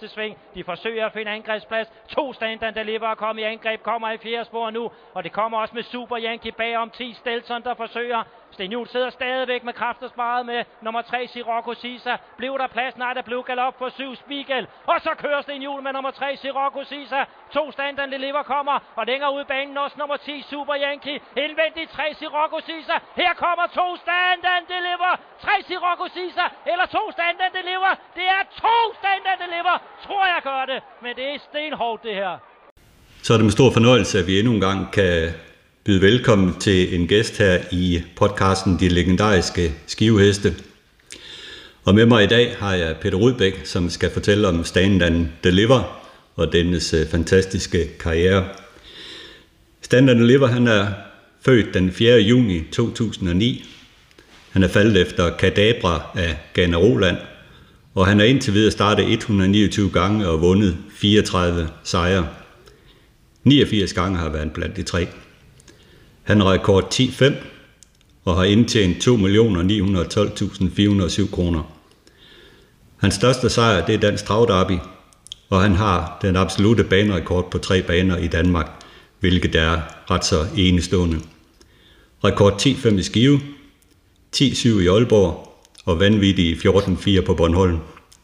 første sving. De forsøger at finde angrebsplads. 2 Stand and Deliver er kommet i angreb, kommer i 4. spor nu, og det kommer også med Super Yankee bagom 10 Stelson, der forsøger. Sten Juhl sidder stadigvæk med kræfter sparet med nummer 3 Sirocco Sisa. Blev der plads? Nej, der blev galop for 7 Spiegel. Og så kører Sten Juhl med nummer 3 Sirocco Sisa. 2 Stand and Deliver kommer, og længere ud banen også nummer 10 Super Yankee. Indvendigt 3 Sirocco Sisa. Her kommer 2 Stand and Deliver. 3 Sirocco Sisa eller 2 Stand and Deliver. Det er 2 Stand and Deliver. Tror jeg gør det, men det er stenhårdt det her. Så er det med stor fornøjelse, at vi endnu en gang kan byde velkommen til en gæst her i podcasten De Legendariske Skiveheste. Og med mig i dag har jeg Peter Rudbæk, som skal fortælle om Stand and Deliver og dennes fantastiske karriere. Stand and Deliver, han er født den 4. juni 2009. Han er faldet efter Kadabra af Gana Roland, og han er indtil videre startet 129 gange og vundet 34 sejre. 89 gange har været blandt de 3. Han har rekord 10-5 og har indtjent 2.912.407 kroner. Hans største sejr, det er Dansk Travderby, og han har den absolute banerekord på 3 baner i Danmark, hvilket er ret så enestående. Rekord 10-5 i Skive, 10-7 i Aalborg og vanvittige 14-4 på Bornholm.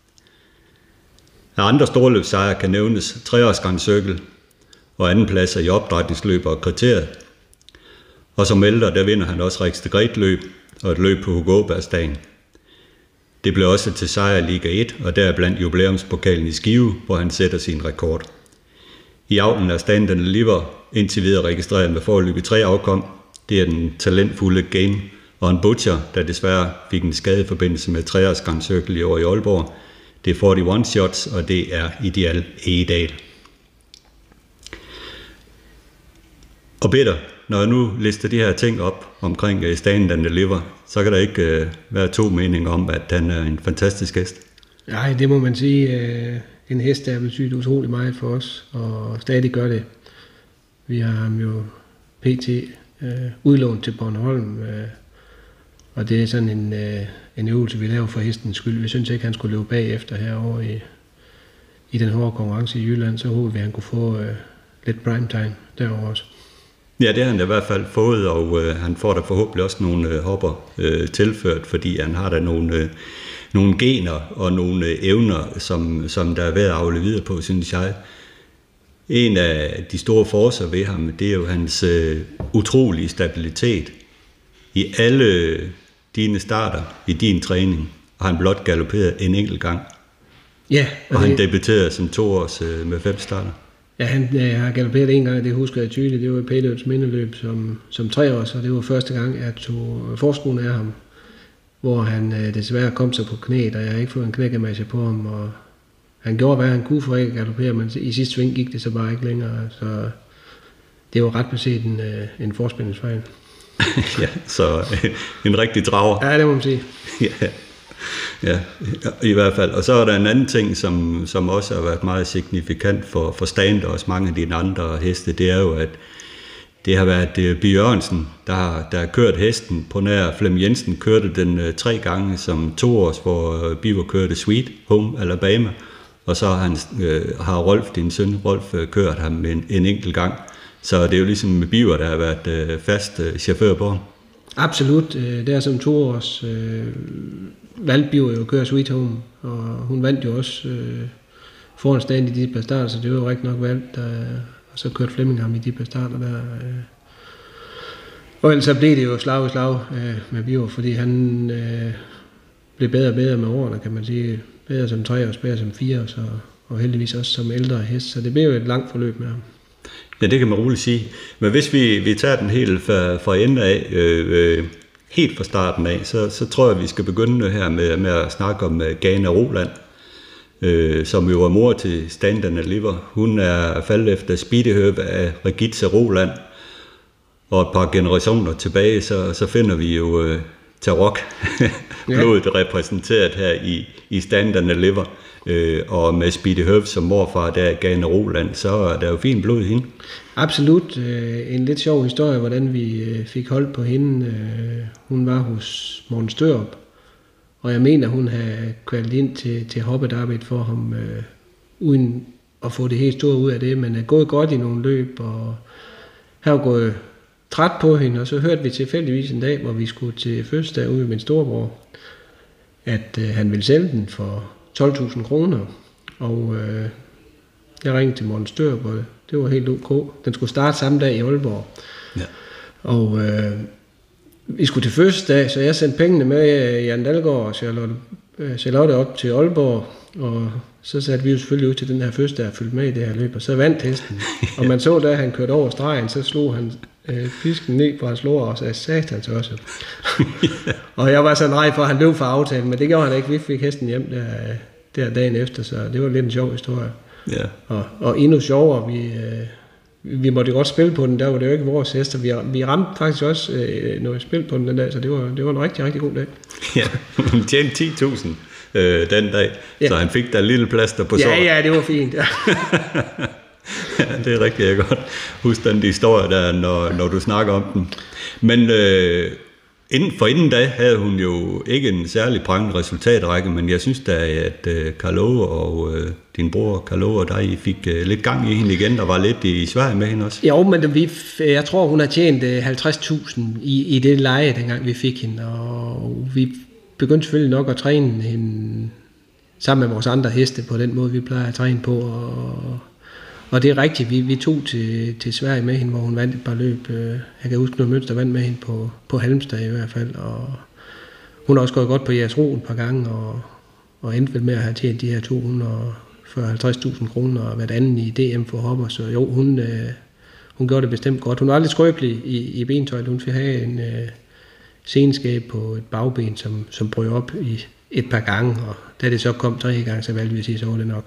Af andre storløbssejre kan nævnes 3-års Grand Circle og andenpladser i opdrætningsløb og kriteriet. Og som ældre, der vinder han også Rex de Gret løb og et løb på Hugo Åbergsdagen. Det blev også til sejr i Liga 1, og der er blandt jubilæumspokalen i Skive, hvor han sætter sin rekord. I avlen er Stand and Deliver indtil videre registreret med foreløbig 3 afkom. Det er den talentfulde Game og en Butcher, der desværre fik en skade i forbindelse med 3-års Grand Circle i år i Aalborg. Det er 41 Shots, og det er Ideal Egedal. Og Peter, når jeg nu lister de her ting op omkring Stand and Deliver, så kan der ikke være 2 meninger om, at han er en fantastisk hest. Nej, det må man sige. En hest, der har betydet utrolig meget for os, og stadig gør det. Vi har ham jo pt. Udlånt til Bornholm, og det er sådan en øvelse, vi laver for hestens skyld. Vi synes ikke, han skulle løbe bagefter herovre i den hårde konkurrence i Jylland, så håber vi, at han kunne få lidt primetime derovre også. Ja, det har han i hvert fald fået, og han får da forhåbentlig også nogle hopper tilført, fordi han har da nogle gener og nogle evner, som der er ved at afle videre på, synes jeg. En af de store forcer ved ham, det er jo hans utrolige stabilitet. I alle dine starter i din træning har han blot galopperet en enkelt gang. Ja. Og han debuterede som 2-års med 5 starter. Ja, han har galopperet en gang, det husker jeg tydeligt. Det var i Pæløbs mindeløb som 3-års, og det var første gang, jeg tog forskuen af ham, hvor han desværre kom sig på knæet, og jeg har ikke fået en knækkemasje på ham, og han gjorde, hvad han kunne for ikke at galoppere, men i sidste sving gik det så bare ikke længere, så det var ret beset en forspændingsfejl. Ja, så en rigtig drager. Ja, det må man sige. Ja, i hvert fald. Og så er der en anden ting, som også har været meget signifikant for Stand og også mange af de andre heste, det er jo, at det har været Bi Jørgensen, der har kørt hesten på nær. Flemming Jensen kørte den 3 gange som 2-års, hvor Biver kørte Sweet Home Alabama, og så har Rolf, din søn Rolf, kørt ham en enkelt gang. Så det er jo ligesom med Biver, der har været fast chauffør på ham. Absolut. Det er som 2-års valgte Biver jo at køre Sweet Home, og hun vandt jo også foran Stand i de par starter, så det var jo rigtig nok valgt, og så kørte Flemming ham i de par starter der. Og ellers så blev det jo slag i slag med Biver, fordi han blev bedre og bedre med årene, kan man sige. Bedre som 3-års, bedre som 4-års, og heldigvis også som ældre hest, så det blev jo et langt forløb med ham. Ja, det kan man roligt sige. Men hvis vi tager den helt fra enden af, helt fra starten af, så tror jeg, vi skal begynde her med at snakke om Gana Roland, som jo er mor til Stand and Deliver. Hun er faldet efter Speedyhøve af Regitze Roland, og et par generationer tilbage, så finder vi jo Tarok, blodet repræsenteret her i Stand and Deliver. Og med Speedyhøve som morfar, der er Gana Roland, så er der jo fint blod i hende. Absolut. En lidt sjov historie, hvordan vi fik hold på hende. Hun var hos Morten Størup, og jeg mener, hun havde kvalitet ind til hoppedarbejdet for ham uden at få det helt store ud af det, men er gået godt i nogle løb, og har gået træt på hende, og så hørte vi tilfældigvis en dag, hvor vi skulle til fødselsdag ude med min storebror, at han ville sælge den for 12.000 kroner, og jeg ringede til Morten Størup, og det var helt ok. Den skulle starte samme dag i Aalborg. Ja. Og vi skulle til fødselsdag, så jeg sendte pengene med Jan Dalgaard og Charlotte op til Aalborg, og så satte vi jo selvfølgelig ud til den her fødselsdag og fyldte med i det her løb, og så vandt hesten. Og man så, da han kørte over stregen, så slog han pisken ned på hans lår, og sagde, satans også. Og jeg var så nej for, at han løb for aftalen, men det gjorde han ikke. Vi fik hesten hjem der dagen efter, så det var lidt en sjov historie. Ja. Og endnu sjovere, vi måtte godt spille på den, der var det jo ikke vores hest, og vi ramte faktisk også noget spil på den den dag, så det var en rigtig, rigtig god dag. Ja, han tjente 10.000 den dag, ja. Så han fik der lille plaster på såret. Ja, det var fint. Ja. Ja, det er rigtig godt. Husk den historie der, når du snakker om den. Men inden da havde hun jo ikke en særlig prangende resultatrække, men jeg synes da, at Carlo og din bror Carlo og dig fik lidt gang i hende igen, der var lidt i Sverige med hende også. Jo, men jeg tror, hun har tjent 50.000 i det leje, dengang vi fik hende, og vi begyndte selvfølgelig nok at træne hende sammen med vores andre heste på den måde, vi plejer at træne på, og det er rigtigt, vi tog til Sverige med hende, hvor hun vandt et par løb. Jeg kan huske noget Mønster vandt med hende på Halmstad i hvert fald, og hun har også gået godt på Jeres-Ro et par gange, og endte vel med at have tjent de her 250.000 kroner og været anden i DM for hopper, så jo, hun gjorde det bestemt godt. Hun var aldrig skrøbelig i bentøjet, hun fik have en senskab på et bagben, som brød op i et par gange, og da det så kom 3 gange, så valgte vi at sige, så var det nok.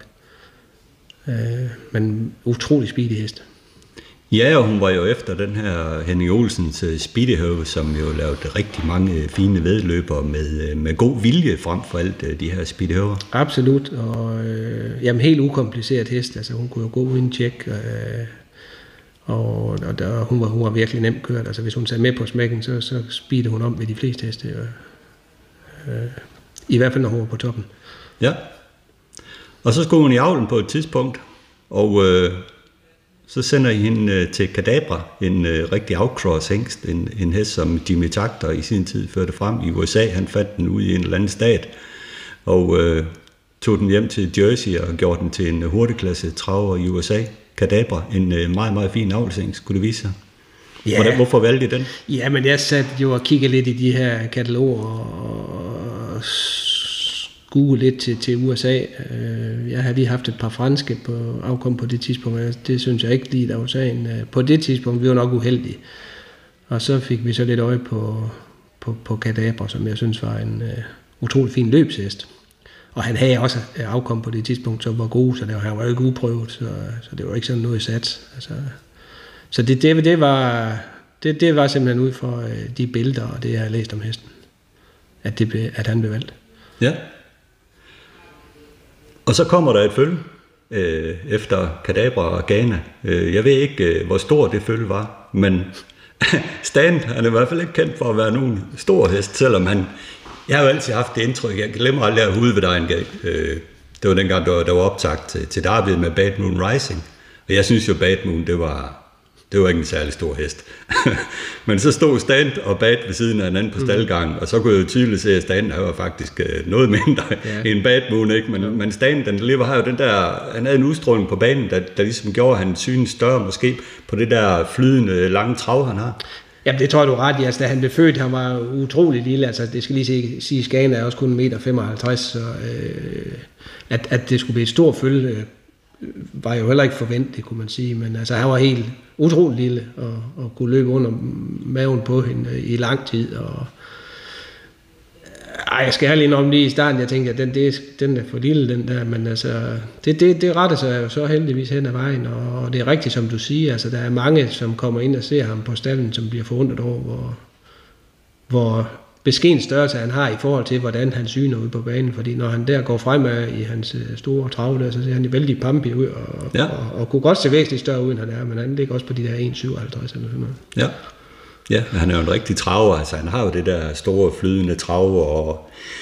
Men utrolig speedy hest. Ja, og hun var jo efter den her Henning Olsens Speedyhøve, som jo lavede rigtig mange fine vedløber med god vilje frem for alt de her Speedyhøver. Absolut, og helt ukompliceret hest, altså hun kunne jo gå uden tjek, og hun var virkelig nemt kørt, altså hvis hun satte med på smækken, så speedede hun om ved de fleste heste, i hvert fald når hun var på toppen. Ja. Og så skulle hun i avlen på et tidspunkt, og så sender I hende til Cadabra, en rigtig outcross hængst, en hest, som Jimmy Takter i sin tid førte frem i USA. Han fandt den ude i en eller anden stat, og tog den hjem til Jersey og gjorde den til en hurtigklasse traver i USA. Cadabra, en meget, meget fin avlshængst, skulle det vise sig. Ja. Hvorfor valgte I den? Ja, men jeg satte jo og kiggede lidt i de her kataloger og skue lidt til USA. Jeg havde lige haft et par franske på afkom på det tidspunkt, det synes jeg ikke lige, der var sagen. På det tidspunkt, vi var nok uheldige. Og så fik vi så lidt øje på Cadabra, som jeg synes var en utrolig fin løbshest. Og han havde også afkom på det tidspunkt, som var god, så han var jo ikke uprøvet, så det var ikke sådan noget sat. Altså, så det var simpelthen ud fra de billeder, og det jeg har læst om hesten, at han blev valgt. Ja. Og så kommer der et følge efter Cadabra og Ghana. Jeg ved ikke, hvor stor det følge var, men Stand, han er i hvert fald ikke kendt for at være nogen stor hest, selvom jeg har jo altid haft det indtryk, jeg glemmer aldrig at Hovedvedejen gav. Det var dengang, der var optagt til Derby med Bad Moon Rising, og jeg synes jo, Bad Moon, det var ikke en særlig stor hest. Men så stod Stand og Bad ved siden af hinanden på staldgangen, og så kunne jeg jo tydeligt se, at Stand var faktisk noget mindre end Bad Moon, ikke? Men Stand, den lever har jo den der, han havde en udstråling på banen, der ligesom gjorde, at han synes større måske på det der flydende lange trav, han har. Jamen det tror jeg, du er ret i. Altså, da han blev født, han var utrolig lille. Altså, det skal lige sige, Ghana er også kun 1,55 meter, så at det skulle blive et stort følge, var jo heller ikke forventet, kunne man sige. Men altså, han var helt utrolig lille, og kunne løbe under maven på hende i lang tid. Og jeg skal ærligt indrømme lige i starten, jeg tænkte, at den er for lille, den der. Men altså, det retter sig jo så heldigvis hen ad vejen, og det er rigtigt, som du siger. Altså, der er mange, som kommer ind og ser ham på stallen, som bliver forundret over, hvor beskeden størrelse han har i forhold til, hvordan han syner ud på banen. Fordi når han der går fremad i hans store trav der, så ser han vældig pampi ud, og kunne godt se væsentligt større ud, end han er. Men han ligger også på de der 1,57 eller sådan noget. Ja. Ja, han er jo en rigtig traver, altså han har jo det der store flydende trav,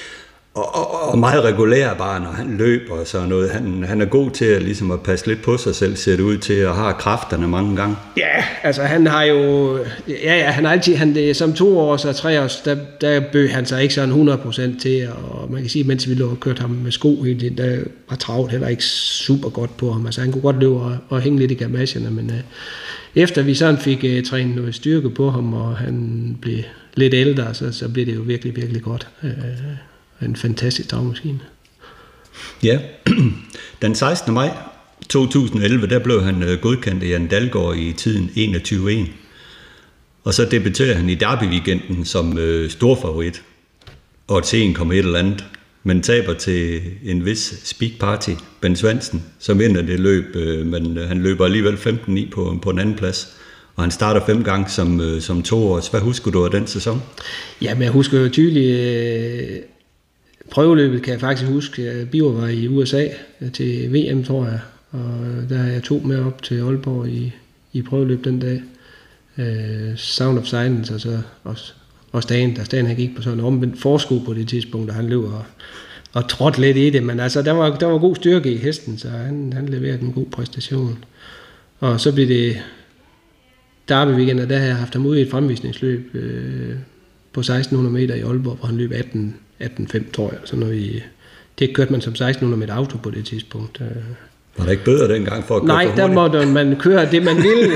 og meget regulær bare, når han løber og sådan noget. Han er god til at, ligesom at passe lidt på sig selv, ser det ud til, og har kræfterne mange gange. Ja, altså han har jo... Ja, han har altid... som 2-års og 3-års, der bøg han sig ikke sådan 100% til, og man kan sige, mens vi lå og kørte ham med sko hele tiden, der var travlt heller ikke super godt på ham. Altså han kunne godt løbe og hænge lidt i gamagerne, men efter vi sådan fik trænet noget styrke på ham, og han blev lidt ældre, så blev det jo virkelig, virkelig godt. En fantastisk dragmaskine. Ja, den 16. maj 2011, der blev han godkendt af Jan Dalgaard i tiden 21-1. Og så debuterede han i Derby-weekenden som storfavorit. Og til 1,1 eller andet. Men taber til en vis Speak Party, Ben Svendsen, som vinder det løb. Men han løber alligevel 15-9 på en anden plads. Og han starter 5 gange som 2-års. Hvad husker du af den sæson? Jamen, jeg husker jo tydeligt... Prøveløbet kan jeg faktisk huske. Biver var i USA til VM, tror jeg. Og der er jeg 2 med op til Aalborg i prøveløb den dag. Sound of Silence, og så også Stan. Da Stan han gik på sådan en omvendt forsko på det tidspunkt, og han løb og trådte lidt i det. Men altså, der var god styrke i hesten, så han leverede en god præstation. Og så blev det Derby weekend, og der har jeg haft ham ude i et fremvisningsløb på 1600 meter i Aalborg, hvor han løb 18,5, tror jeg. Så når det kørte man som 1600 med et auto på det tidspunkt. Var der ikke bøder dengang for at køre? Nej, der måtte man køre det, man ville.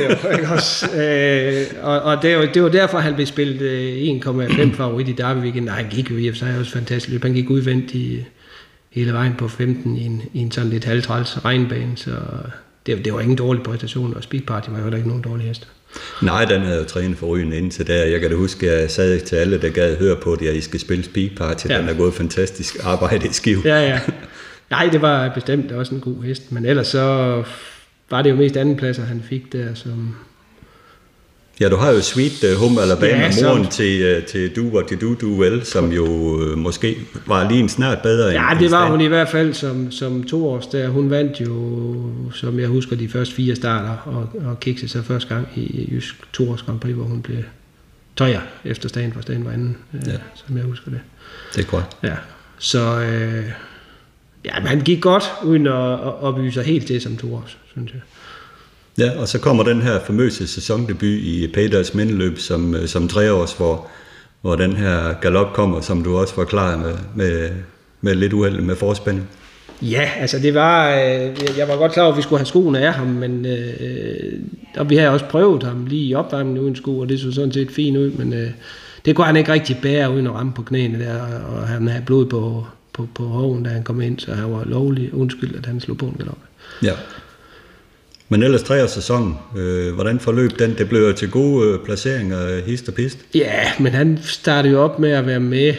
Og det var derfor, han blev spillet 1,5 favorit i Derby weekend. Nej, han gik jo i og for sig også fantastisk løb. Han gik udvendt hele vejen på 15 i en sådan lidt halvtræls regnbane. Så det var ingen dårlig præstation, og Speak Party var jo heller ikke nogen dårlig hest. Nej, den havde jo trænet for Rygen indtil der. Jeg kan da huske, at jeg sad til alle, der gad høre på det, at I skal spille Speak Party. Ja. Den er gået fantastisk arbejde i Skive. Ja. Nej, det var bestemt også en god hest, men ellers så var det jo mest andenpladser, han fik der, som... Ja, du har jo Sweet Home Alabama, moren til Do What You Do Well, som jo måske var lige en snart bedre. Ja, det var hun i hvert fald som 2-års der. Hun vandt jo, som jeg husker, de første 4 starter, og kiksede sig første gang i Jysk 2-års Grand Prix, hvor hun blev 3'er efter Stan, for Stan var anden, som jeg husker det. Det er godt. Ja, så... Ja, men han gik godt, uden at byde sig helt til som 2-års, synes jeg. Ja, og så kommer den her famøse sæsondebut i Peders mindeløb som 3-års, hvor den her galop kommer, som du også var klar med lidt uheld med forspænding. Ja, altså det var... jeg var godt klar over, at vi skulle have skoene af ham, men og vi havde også prøvet ham lige i opvarmningen uden sko, og det så sådan set fint ud, men det kunne han ikke rigtig bære uden at ramme på knæene der, og han havde blod på hoven, da han kom ind, så han var lovlig undskyld, at han slog på en galop. Ja. Men ellers 3-års sæson, hvordan forløb den? Det blev jo til gode placeringer, hist og pist. Ja, men han startede jo op med at være med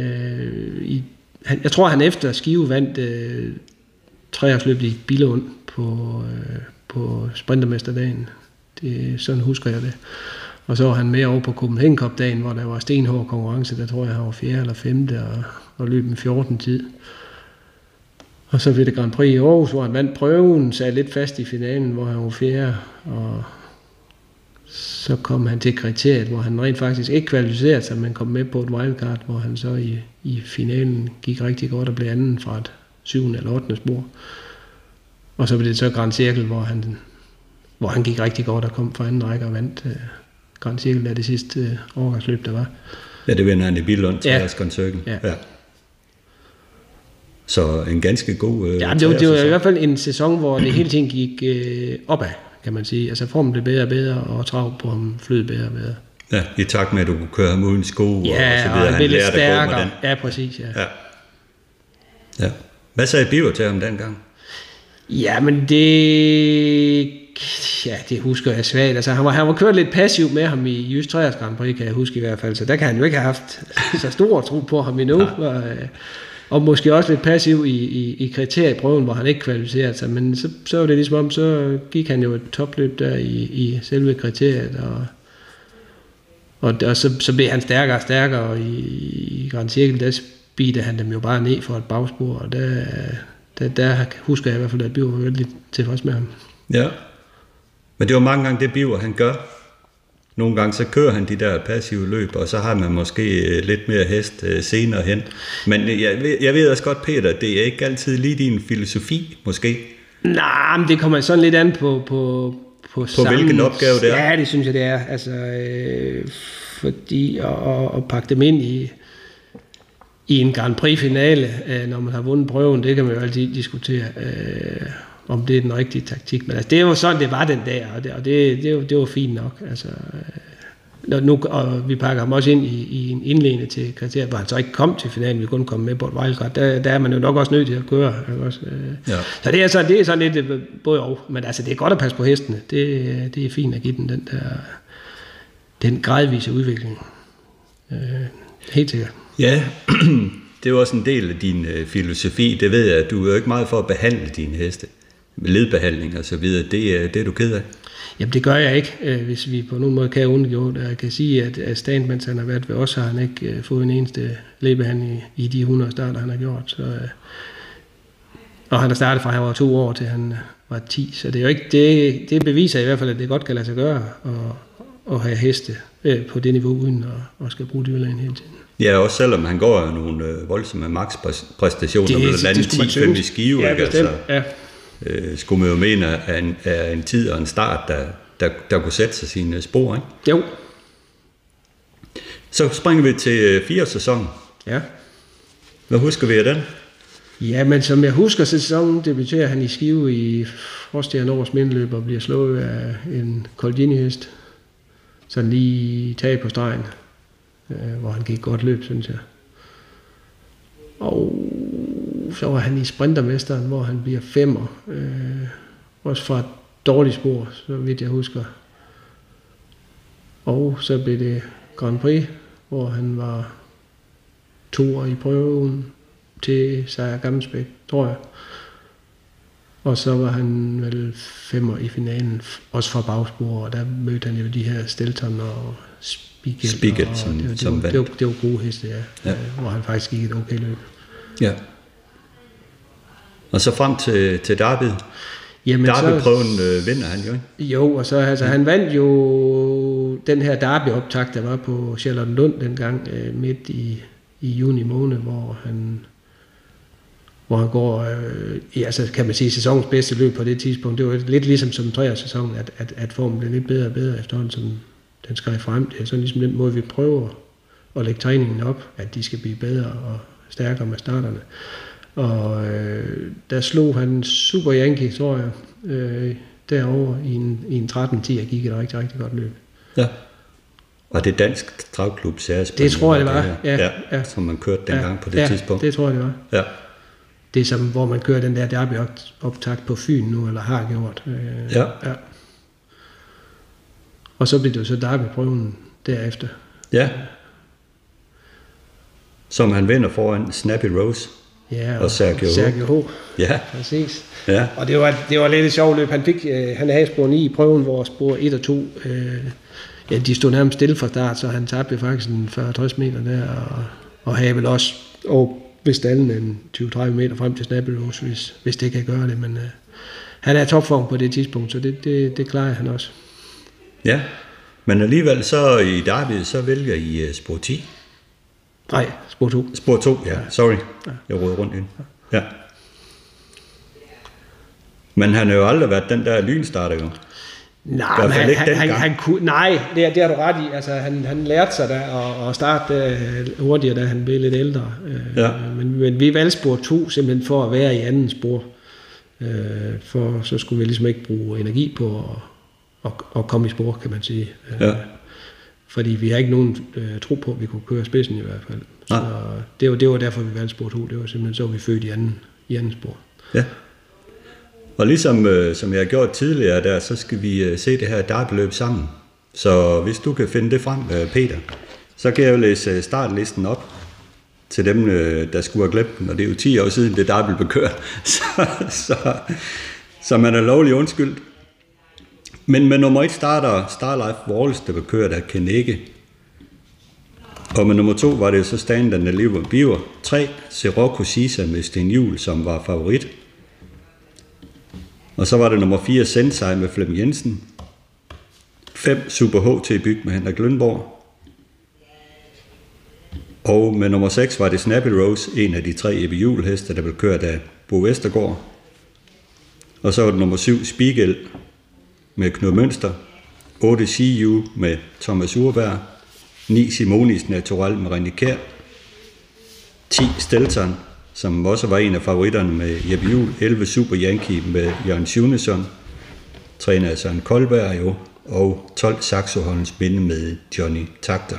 jeg tror, han efter Skive vandt 3-årsløbet i Billund på Sprintermesterdagen. Sådan husker jeg det. Og så var han med over på Copenhagen Cup-dagen, hvor der var stenhård konkurrence. Der tror jeg, han var 4. eller 5. og løb med 14 tid. Og så blev det Grand Prix i Aarhus, hvor han vandt prøven, sad lidt fast i finalen, hvor han var 4. Og så kom han til kriteriet, hvor han rent faktisk ikke kvalificerede sig, men kom med på et wildcard, hvor han så i finalen gik rigtig godt og blev anden fra et 7. eller 8. spor. Og så blev det så Grand Circle, hvor han gik rigtig godt og kom fra anden række og vandt Grand Circle af det sidste årgangsløb, der var. Ja, det vinder han i Billund, tror jeg, Grand Circle. Ja. Så en ganske god... ja, det var i hvert fald en sæson, hvor det hele tiden gik opad, kan man sige. Altså formen blev bedre og bedre, og trav på ham flød bedre og bedre. Ja, i takt med, at du kunne køre ham uden sko, og så videre. Ja, han blev lidt stærkere. Ja, præcis, ja. Hvad sagde Biver til ham dengang? Ja, men det husker jeg svagt. Altså, han var kørt lidt passivt med ham i Jysk 3'ers Grand Prix, kan jeg huske i hvert fald. Så der kan han jo ikke have haft så stor tro på ham endnu. Ja. Og måske også lidt passiv i kriterieprøven, hvor han ikke kvalificerede sig. Men så var det ligesom om, så gik han jo et topløb der i selve kriteriet. Og så blev han stærkere og stærkere, og i Grand Circle, der speedede han dem jo bare ned for et bagspor. Og der husker jeg i hvert fald, at Biver var veldig tilfreds med ham. Ja, men det var mange gange det Biver, han gør. Nogle gange så kører han de der passive løb, og så har man måske lidt mere hest senere hen. Men jeg ved også godt, Peter, det er ikke altid lige din filosofi, måske? Nej, men det kommer sådan lidt an på hvilken opgave det er? Ja, det synes jeg, det er. Altså, fordi at pakke dem ind i en Grand Prix-finale, når man har vundet prøven, det kan man jo altid diskutere, om det er den rigtige taktik. Men altså, det var sådan, det var den der, og det var fint nok. Altså, og vi pakker ham også ind i en indledende til kriteriet, hvor han så ikke kom til finalen, vi kun kom med på et wildcard. Der er man jo nok også nødt til at køre. Også. Ja. Så det er sådan lidt både og, men altså, det er godt at passe på hestene. Det er fint at give den den gradvise udvikling. Helt sikkert. Ja, det er jo også en del af din filosofi. Det ved jeg, at du er jo ikke meget for at behandle dine heste. Ledbehandling og så videre. Det er du ked af? Jamen det gør jeg ikke, hvis vi på nogen måde kan undgå. Jeg kan sige, at Stan, mens han har været ved os, har han ikke fået en eneste ledbehandling i de 100 starter, han har gjort. Så, og han har startet fra han var 2 år til han var 10, så det er jo ikke det beviser i hvert fald, at det godt kan lade sig gøre at have heste på det niveau, uden at skal bruge dyrlægen hele tiden. Ja, også selvom han går nogle voldsomme makspræstationer med blandt andet 10-5 i Skive, ja, altså, ja. Skulle man jo mene af en tid og en start, der kunne sætte sig sine spor, ikke? Jo. Så springer vi til 4. sæson. Ja. Hvad husker vi af den? Ja, men som jeg husker sæsonen, debuterer han i Skive i Frostjern Års Mindeløb og bliver slået af en Colgjini-hest. Sådan lige tag på stregen, hvor han gik godt løb, synes jeg. Og så var han i Sprintermesteren, hvor han bliver 5'er. Også fra et dårligt spor, så vidt jeg husker. Og så blev det Grand Prix, hvor han var 2'er i prøven til Sejr Gammelsbæk, tror jeg. Og så var han vel 5'er i finalen, også fra bagspor, og der mødte han jo de her Stelton og Spiegel som vandt. Det var gode heste, ja. Hvor han faktisk gik et okay løb. Ja. Og så frem til Derby. Derby-prøven vinder han jo, ikke? Jo, og så altså, han vandt jo den her Derby-optakt, der var på Charlottenlund dengang, midt i juni måned, hvor han går, altså kan man sige, sæsonens bedste løb på det tidspunkt. Det var lidt ligesom som 3-års-sæsonen, at formen blev lidt bedre og bedre efterhånden, som den skrev frem. Det er sådan ligesom den måde, vi prøver at lægge træningen op, at de skal blive bedre og stærkere med starterne. Og der slog han Super Yankee, tror jeg, derovre i en 13-10 og gik et rigtig, rigtig godt løb. Ja. Og det dansk travklub særspring. Det tror jeg, det var. Ja. Som man kørte dengang på det tidspunkt. Det tror jeg, det var. Ja. Det er som, hvor man kører den der derby-optakt på Fyn nu, eller har gjort. Ja. Og så blev det jo så derby-prøven derefter. Ja. Som han vinder foran Snappy Rose. Ja, og Sergio H. Ja. Præcis. Ja. Og det var lidt et sjovt løb. Han havde spor 9 i prøven, hvor spor 1 og 2, de stod nærmest stille fra start, så han tabte faktisk en 40-60 meter der, og havde vel også ved stallen en 20-30 meter frem til Snappy Rose, hvis det kan gøre det, men han er i topform på det tidspunkt, så det klarer han også. Ja, men alligevel så i Derby, så vælger I spor 10. Nej, spor 2. Spor 2, ja. Sorry. Jeg råder rundt ind. Ja. Men han har jo aldrig været den der lynstarter, jo. Nej, han kunne, nej, det har du ret i. Altså, han lærte sig da at starte hurtigere, da han blev lidt ældre. Men vi valgte spor 2 simpelthen for at være i anden spor. For så skulle vi ligesom ikke bruge energi på at komme i spor, kan man sige. Ja. Fordi vi har ikke nogen tro på, at vi kunne køre spidsen i hvert fald. Så det var derfor, vi valgte spor 2. Det var simpelthen så, vi født i anden spor. Ja. Og ligesom som jeg har gjort tidligere der, så skal vi se det her derby-løb sammen. Så hvis du kan finde det frem, Peter, så kan jeg jo læse startlisten op til dem, der skulle have glemt den. Og det er jo 10 år siden, det derby blev kørt. Så man er lovlig undskyldt. Men med nummer 1 starter Starlife Walls, der blev kørt af Kenegge. Og med nummer 2 var det så Stand and Deliver Beaver. 3, Sirocco Sisa med Sten Juhl, som var favorit. Og så var det nummer 4, Sensei med Flemming Jensen. 5 Super HT byg med Henrik Lønborg. Og med nummer 6 var det Snappy Rose, en af de 3 Ebbe Juhl heste, der blev kørt af Bo Vestergaard. Og så var det nummer 7 Spigel med Knud Mønster. 8 CU med Thomas Urberg. 9 Simonis Natural med René Kjær. 10 Stelton, som også var en af favoritterne med Jeppe Juhl. 11 Super Yankee med Jørgen Sjunesson. Træner af Søren Koldberg jo. Og 12 Saxo Holdens Minde med Johnny Takter.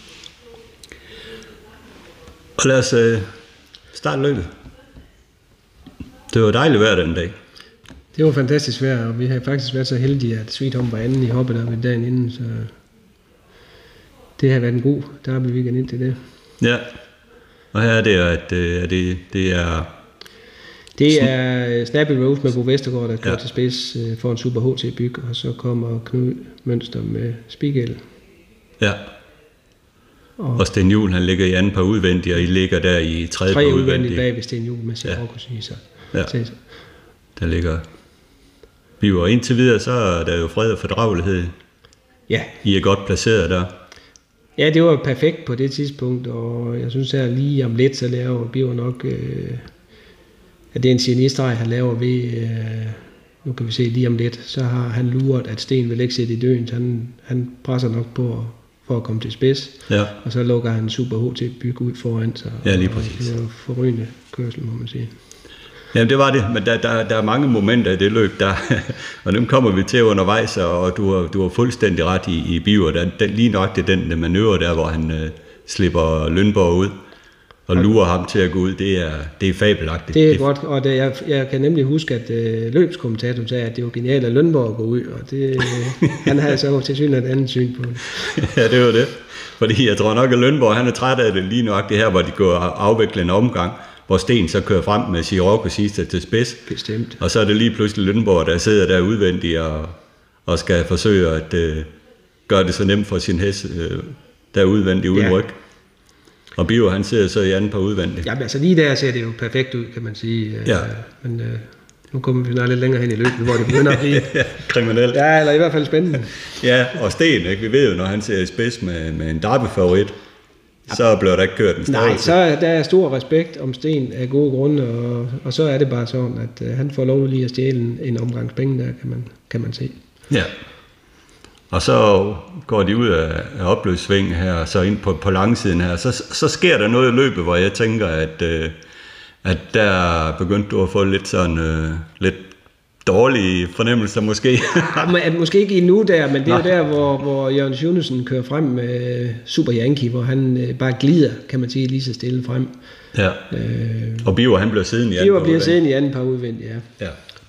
Og lad os starte løbet. Det var dejligt vejr den dag. Det var fantastisk vejr, og vi har faktisk været så heldige, at Sweet Home var anden i hoppet der ved dagen inden, så det har været en god derby-weekend indtil det. Ja, og her er det, at det er Snappy Rose med Bo Vestergaard, der kører til spids for en Super HT byg, og så kommer Knud Mønster med Spigel. Ja. Og Sten Juhl, han ligger i anden par udvendig, og I ligger der i tredje par udvendig. 3 udvendige bag ved Sten Juhl med Sirocco Caesar. Ja. Der ligger Biver. Indtil videre, så er der jo fred og fordragelighed. Ja. I er godt placeret der. Ja, det var perfekt på det tidspunkt, og jeg synes her lige om lidt, så laver Biver nok, at det er en genistreg, han laver ved, nu kan vi se lige om lidt, så har han luret, at Sten vil ikke sætte i døden, så han presser nok på for at komme til spids, og så lukker han Super HT byg ud foran sig. Ja, lige præcis. Det er jo forrygende kørsel, må man sige. Jamen det var det, men der er mange momenter i det løb, og dem kommer vi til undervejs, og du har fuldstændig ret i Biver. Lige nok det den manøvre der, hvor han slipper Lønborg ud og lurer ham til at gå ud, det er fabelagtigt. Det er godt, og jeg kan nemlig huske, at løbskommentatoren sagde, at det var genialt at Lønborg gå ud, og det, han havde så til syn et andet syn på det. Ja, det var det. Fordi jeg tror nok, at Lønborg han er træt af det lige nok det her, hvor de går afvikle en omgang, hvor Sten så kører frem med Sirocco Caesar til spids. Bestemt. Og så er det lige pludselig Lønborg, der sidder der udvendigt og skal forsøge at gøre det så nemt for sin hest der udvendigt uden ryg. Og Biver, han sidder så i anden par udvendigt. Jamen altså lige der ser det jo perfekt ud, kan man sige. Ja. Men nu kommer vi snart lidt længere hen i løbet, hvor det begynder at blive kriminelt. Ja, eller i hvert fald spændende. Ja, og Sten, ikke? Vi ved jo, når han ser i spids med en derby-favorit, så bliver der ikke kørt en stavelse. Nej, så der er stor respekt om Sten af gode grunde, og så er det bare sådan, at han får lov lige at stjæle en omgangs penge der, kan man se. Ja. Og så går de ud af opløbssvingen her, og så ind på langsiden her. Så sker der noget i løbet, hvor jeg tænker, at der begyndte du at få lidt sådan lidt dårlige fornemmelser måske. Måske ikke endnu der, men det er jo der, hvor Jørgen Sjunesson kører frem med Super Yankee, hvor han bare glider, kan man sige, lige så stille frem. Ja. Og Biver, han bliver siddende i anden par udvendigt. Biver bliver siddende i anden par udvendigt, ja.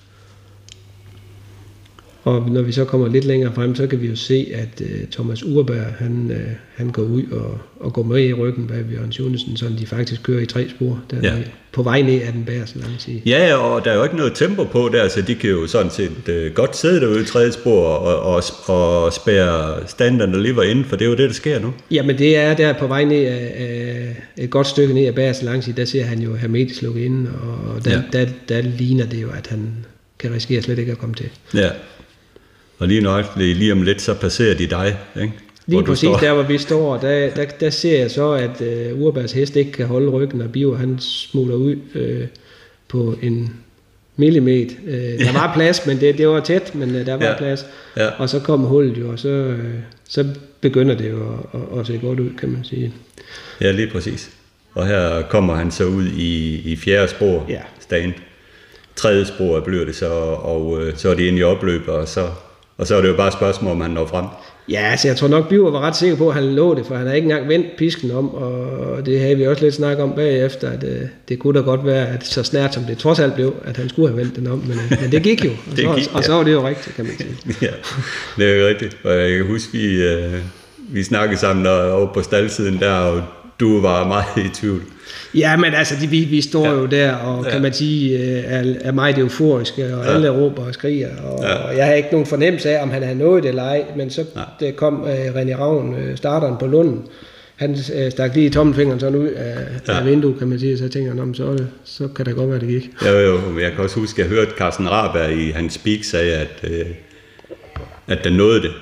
Og når vi så kommer lidt længere frem, så kan vi jo se, at Thomas Urberg, han går ud og går med i ryggen bag Jørgen Sjunesson, så de faktisk kører i 3 spor. På vej ned af den bagerste lange side. Ja, og der er jo ikke noget tempo på der, så de kan jo sådan set godt sidde derude i 3. spor og spære standarden lige var inde, for det er jo det, der sker nu. Jamen det er der på vej ned af et godt stykke ned af bagerste lange side, der ser han jo hermetisk lukke inde, og der ligner det jo, at han kan risikere slet ikke at komme til. Ja. Og lige om lidt, så passerer de dig, ikke? Lige præcis der, hvor vi står, der ser jeg så, at Urbergs hest ikke kan holde ryggen, og Biver, han smutter ud på en millimeter. Der var plads, men det var tæt, men der var plads. Ja. Og så kom hullet jo, og så begynder det jo at se godt ud, kan man sige. Ja, lige præcis. Og her kommer han så ud i 4. spor, stand. 3. spor bliver det så, og så er det inde i opløbet, og så er det jo bare et spørgsmål, om han når frem. Ja, altså jeg tror nok, Biver var ret sikker på, at han lå det, for han har ikke engang vendt pisken om, og det havde vi også lidt snakket om bagefter, at det kunne da godt være, at så snart som det trods alt blev, at han skulle have vendt den om, men det gik jo, og så var det jo rigtigt, kan man sige. Ja, det er jo rigtigt, og jeg kan huske, vi snakkede sammen over på staldsiden der, og du var meget i tvivl. Ja, men altså, vi står jo der, og kan man sige, er meget euforiske, og alle råber og skriger, og jeg har ikke nogen fornemmelse af, om han havde nået det eller ej, men så kom René Ravn, starteren på Lunden, han stak lige tommelfingeren sådan ud af vinduet, kan man sige, så tænker han, så kan det godt være, det gik. Jo, jeg kan også huske, at jeg hørte Carsten Raberg i hans speak sagde, at den nåede det.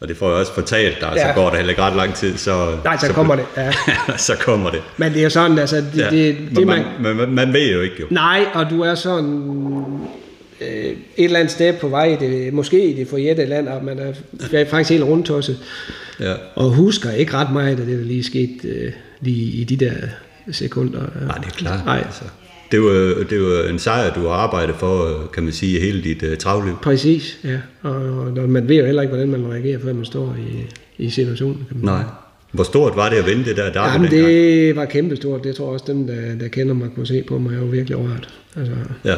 Og det får jeg også fortalt dig, så går der heller ikke ret lang tid, så... Nej, så kommer det, ja. Så kommer det. Men det er jo sådan, altså... Man ved jo ikke jo. Nej, og du er sådan et eller andet sted på vej, måske i det forjætte land, og man er faktisk helt rundt også. Ja. Og husker ikke ret meget af det, der lige skete lige i de der sekunder. Nej, det er klart. Nej. Altså. Det er jo en sejr, du har arbejdet for, kan man sige, hele dit travløb. Præcis, ja. Og man ved jo heller ikke, hvordan man reagerer, før man står i situationen. Kan man Nej. Hvor stort var det at vinde det der derby? Jamen, det var kæmpestort. Det tror jeg også dem, der kender mig, kunne se på mig, er jo virkelig overhørt. Altså. Ja.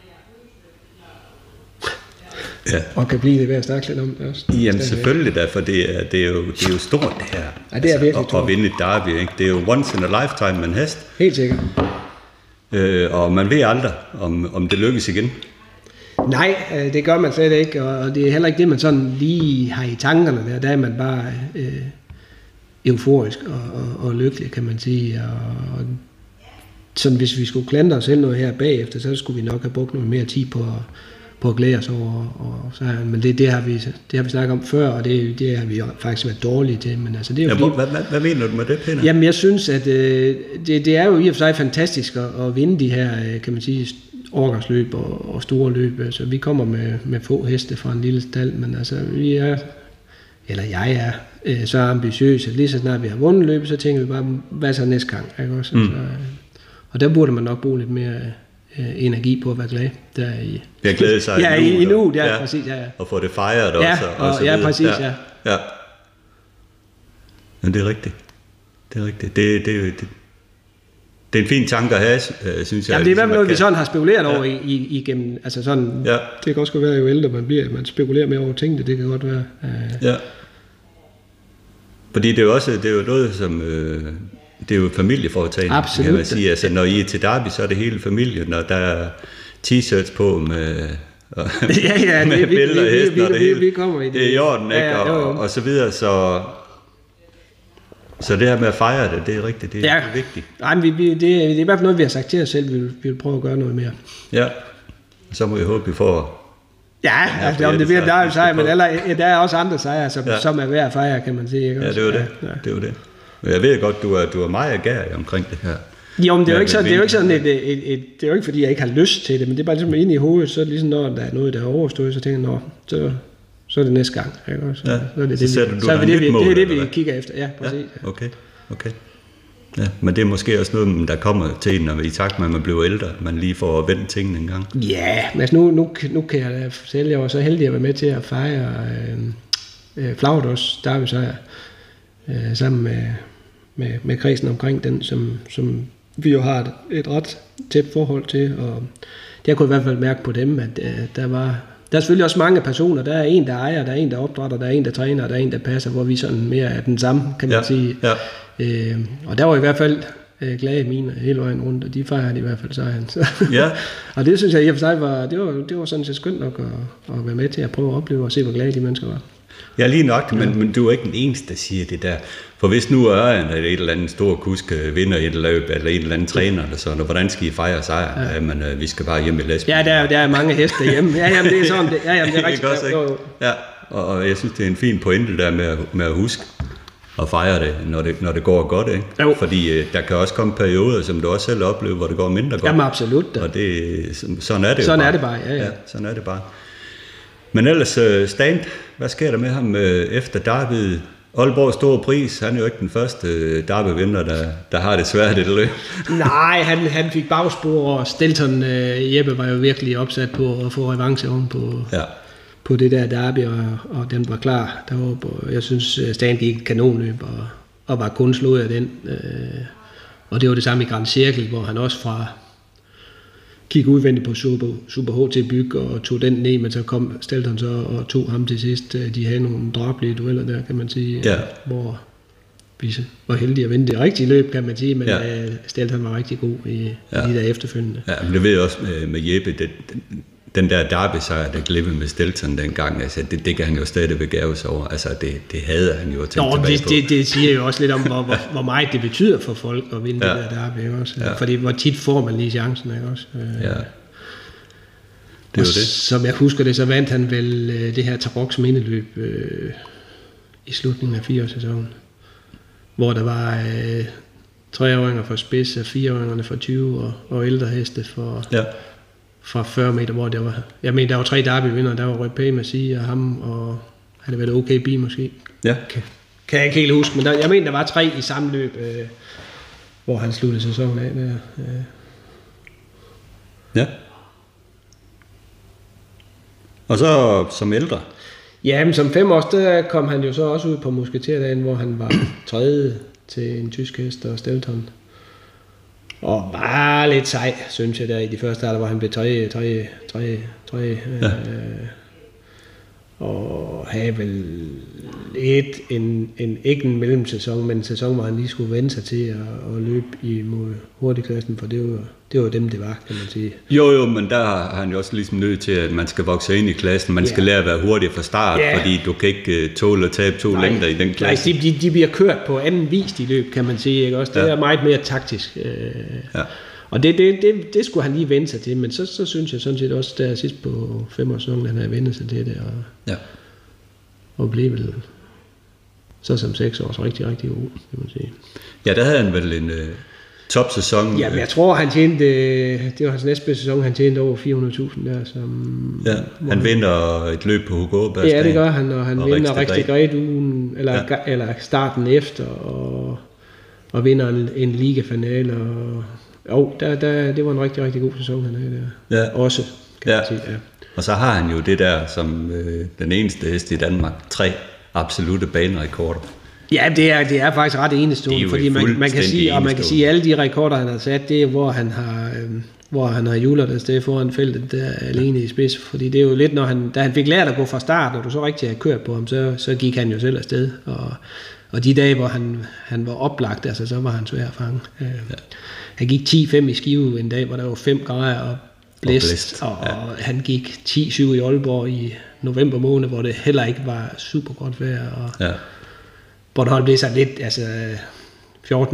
Ja. Og kan blive det ved at snakke lidt om det også. Jamen selvfølgelig da, for det er jo stort det her. Ja, det er virkelig stort. At vinde et derby, ikke? Det er jo once in a lifetime med en hest. Helt sikkert. Og man ved aldrig, om det lykkes igen. Nej, det gør man slet ikke, og det er heller ikke det, man sådan lige har i tankerne. Der er man bare euforisk og lykkelig, kan man sige. Og sådan, hvis vi skulle klandre os selv noget her bagefter, så skulle vi nok have brugt noget mere tid på at glæde os over. Men det har vi snakket om før, og det har vi faktisk været dårlige til. Men altså, det er jo hvad mener du med det, Peter? Jamen, jeg synes, at det er jo i og for sig fantastisk at vinde de her, kan man sige, årgangsløb og store løb. Så vi kommer med få heste fra en lille stald, men altså, jeg er så ambitiøs, at lige så snart vi har vundet løbet, så tænker vi bare, hvad så næste gang? Ikke også? Så, og der burde man nok bruge lidt mere energi på at være glad. Jeg glæder sig i nu, ja, præcis, ja. Og få det fejret også. Og så ja, præcis, ja. Men det er rigtigt. Det er rigtigt. Det er en fin tanke at have, synes jeg. Jamen, det er i hvert fald noget, vi sådan har spekuleret over igennem, altså sådan, det kan også være, jo ældre man bliver, man spekulerer mere over tingene, det kan godt være. Ja. Fordi det er jo noget, som... Det er jo familieforetagende, kan man sige. Altså, når I er til derby, så er det hele familien, og der er t-shirts på med billeder af hesten, og det hele. Vi kommer i det. Det er i orden, ikke? Og så videre, så det her med at fejre det er rigtigt, det er vigtigt. Nej, men det er i hvert fald noget, vi har sagt til os selv, vi vil prøve at gøre noget mere. Ja, så må vi håbe, vi får... Ja, altså, om det bliver der er sejr, men der er også andre sejre, som er værd at fejre, kan man sige. Ikke? Ja, det er jo det. Det er jo det. Men jeg ved godt, du er meget agerig omkring det her. Jo, men det er jo ikke sådan, det er jo ikke fordi, jeg ikke har lyst til det, men det er bare ligesom inde i hovedet, så ligesom når der er noget, der er overstået, så tænker jeg, så er det næste gang. Ikke? Så er det det, vi kigger efter. Ja, præcis. Ja, okay. Ja, men det er måske også noget, der kommer til, når i takt med, at man bliver ældre, man lige får vendt tingene en gang. Ja, men altså nu kan jeg da fortælle, jeg var så heldig at være med til at fejre Flagerdos derby sejr sammen med kredsen omkring den, som vi jo har et ret tæt forhold til, og jeg kunne i hvert fald mærke på dem, at der er selvfølgelig også mange personer. Der er en, der ejer, der er en, der opdrætter, der er en, der træner, og der er en, der passer, hvor vi sådan mere er den samme, kan man sige. Ja. Og der var i hvert fald glade mine hele vejen rundt, og de fejrede i hvert fald sejren. Ja. Og det synes jeg i og for sig var sådan set skønt nok at være med til at prøve at opleve og se, hvor glade de mennesker var. Ja, lige nok, men du er ikke den eneste, der siger det der. For hvis nu Ørjan eller et eller andet stor kusk vinder et løb, eller en eller anden træner, eller sådan, hvordan skal I fejre sejren? Ja. Jamen, vi skal bare hjem i Lesbien. Ja, der er mange heste hjemme. Ja, jamen, det er sådan. Det er rigtigt. Også, ikke? Ja, og jeg synes, det er en fin pointe der med at huske at fejre det, når det går godt, ikke? Jo. Fordi der kan også komme perioder, som du også selv oplever, hvor det går mindre godt. Jamen, absolut. Da. Og sådan er det sådan jo bare. Er det bare, ja. Sådan er det bare. Men ellers, Stan, hvad sker der med ham efter derbyet? Aalborgs store pris, han er jo ikke den første derbyvinder, der har det svært i det løb. Nej, han fik bagspor, og Stelton Jeppe var jo virkelig opsat på at få revanche oven på det der derby, og den var klar deroppe. Og jeg synes, Stan gik et kanonløb, og var kun slået af den. Og det var det samme i Grand Circle, hvor han også gik udvendigt på Super HT Byg og tog den ned, men så kom Stelton så og tog ham til sidst. De havde nogle drabelige dueller der, kan man sige, hvor vi var heldige at vinde det rigtige løb, kan man sige, men Stelton var rigtig god i de der efterfølgende. Ja, men det ved jeg også med Jeppe, den der derby-sejr, der glippede med Stelton dengang, altså det kan han jo stadig begave sig over. Altså det havde han jo tænkt tilbage på. Det siger jo også lidt om, hvor meget det betyder for folk at vinde det der derby også. Ja. Fordi hvor tit får man lige chancen, ikke også? Ja. Det er jo det. Som jeg husker det, så vandt han vel det her Taroks mindeløb i slutningen af 4-årssæsonen, hvor der var 3-åringer for spids, og 4-åringerne for 20, og ældre heste fra 40 meter, hvor det var, jeg mener, der var 3 derbyvinder, der var Rødpæ, Massi og ham, og havde det været OKB måske? Ja. Kan jeg ikke helt huske, men jeg mener, der var 3 i samme løb, hvor han sluttede sæsonen af der. Ja. Og så som ældre? Ja, men som 5 år, der kom han jo så også ud på musketerdagen, hvor han var tredje til en tysk hest og Stelton. Og var lidt sej, synes jeg, der i de første starter, hvor han blev tredje. Ja. Og havde vel ikke en mellemsæson, men en sæson, hvor han lige skulle vende sig til at løbe imod hurtigklassen, for det var dem, det var, kan man sige. Jo, men der har han jo også ligesom nødt til, at man skal vokse ind i klassen. Man skal lære at være hurtig fra start, fordi du kan ikke tåle at tabe 2 længder i den klasse. Nej, de bliver kørt på anden vis, de løb, kan man sige. Ikke? Også det er meget mere taktisk. Og det skulle han lige vende sig til, men så synes jeg sådan set også, der sidst på 5-årssæsonen, han havde vendt sig til det, og blev vel så som 6 års rigtig, rigtig god, kan man sige. Ja, der havde han vel en topsæson. Ja, men jeg tror, han tjente, det var hans næstbedste sæson, han tjente over 400.000 der. Han vinder et løb på Hugo Åbergs. Ja, det gør han, og han vinder rigtig grædt ugen, eller starten efter, og vinder en ligafinale, og det var en rigtig, rigtig god sæson, han havde der. Ja. Også, kan man sige, Og så har han jo det der, som den eneste hest i Danmark, 3 absolute banerekorder. Ja, det er faktisk ret enestående, fordi man kan sige, og man kan sige, at alle de rekorder, han har sat, det er, hvor han har hjulet afsted foran feltet der alene i spids, fordi det er jo lidt, da han fik lært at gå fra start, og du så rigtig havde kørt på ham, så gik han jo selv afsted, og de dage, hvor han var oplagt, altså, så var han svær at fange. Han gik 10-5 i Skive en dag, hvor der var 5 grader og blæst, og han gik 10-7 i Aalborg i november måned, hvor det heller ikke var super godt vejr, og Bornholm blev så lidt, altså 14-1, 14-4,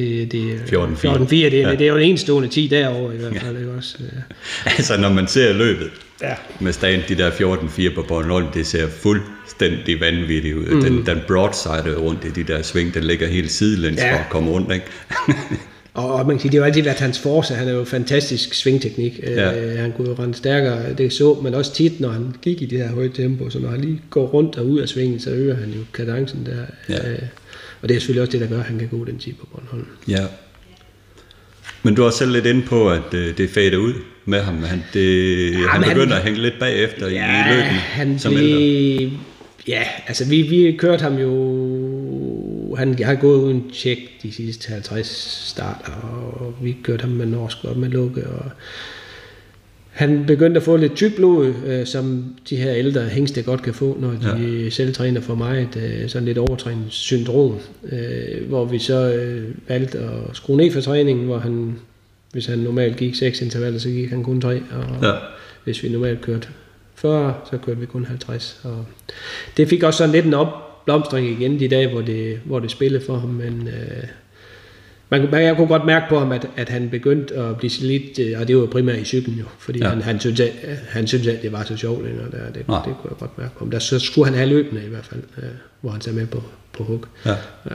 det er jo en enestående 10 derovre i hvert fald, ikke også? Altså når man ser løbet med stand, de der 14-4 på Bornholm, det ser fuldstændig vanvittigt ud. Den broadside rundt i de der sving, den ligger helt sidelæns for at komme rundt, ikke? Og man kan sige, det har jo altid været hans force. Han er jo fantastisk svingteknik. Han kunne jo rende stærkere, det så man også tit, når han gik i det her høje tempo. Så når han lige går rundt og ud af svingen, så øger han jo kadencen der. Og det er selvfølgelig også det, der gør, at han kan gå den tid på Bornholm. Ja. Men du er også selv lidt inde på, at det fader ud med ham. Han begynder at hænge lidt bagefter i løbene. Ja, altså vi kørte ham jo, han har gået uden tjek de sidste 50 starter, og vi kørte ham med norsk og med lukke, og han begyndte at få lidt tyk blod, som de her ældre hængste godt kan få, når de selv træner for mig, sådan lidt overtræningssyndrom, hvor vi så valgte at skrue ned for træningen, hvor hvis han normalt gik 6 intervaller, så gik han kun 3, og hvis vi normalt kørte 40, så kørte vi kun 50. Og det fik også sådan lidt en opblomstring igen de dage, hvor det spillede for ham, men jeg kunne godt mærke på ham, at han begyndte at blive lidt, og det var primært i cyklen jo, fordi han syntes, at det var så sjovt længere der, det kunne jeg godt mærke på ham. Der så skulle han have løbende i hvert fald, hvor han sagde med på hug. Ja.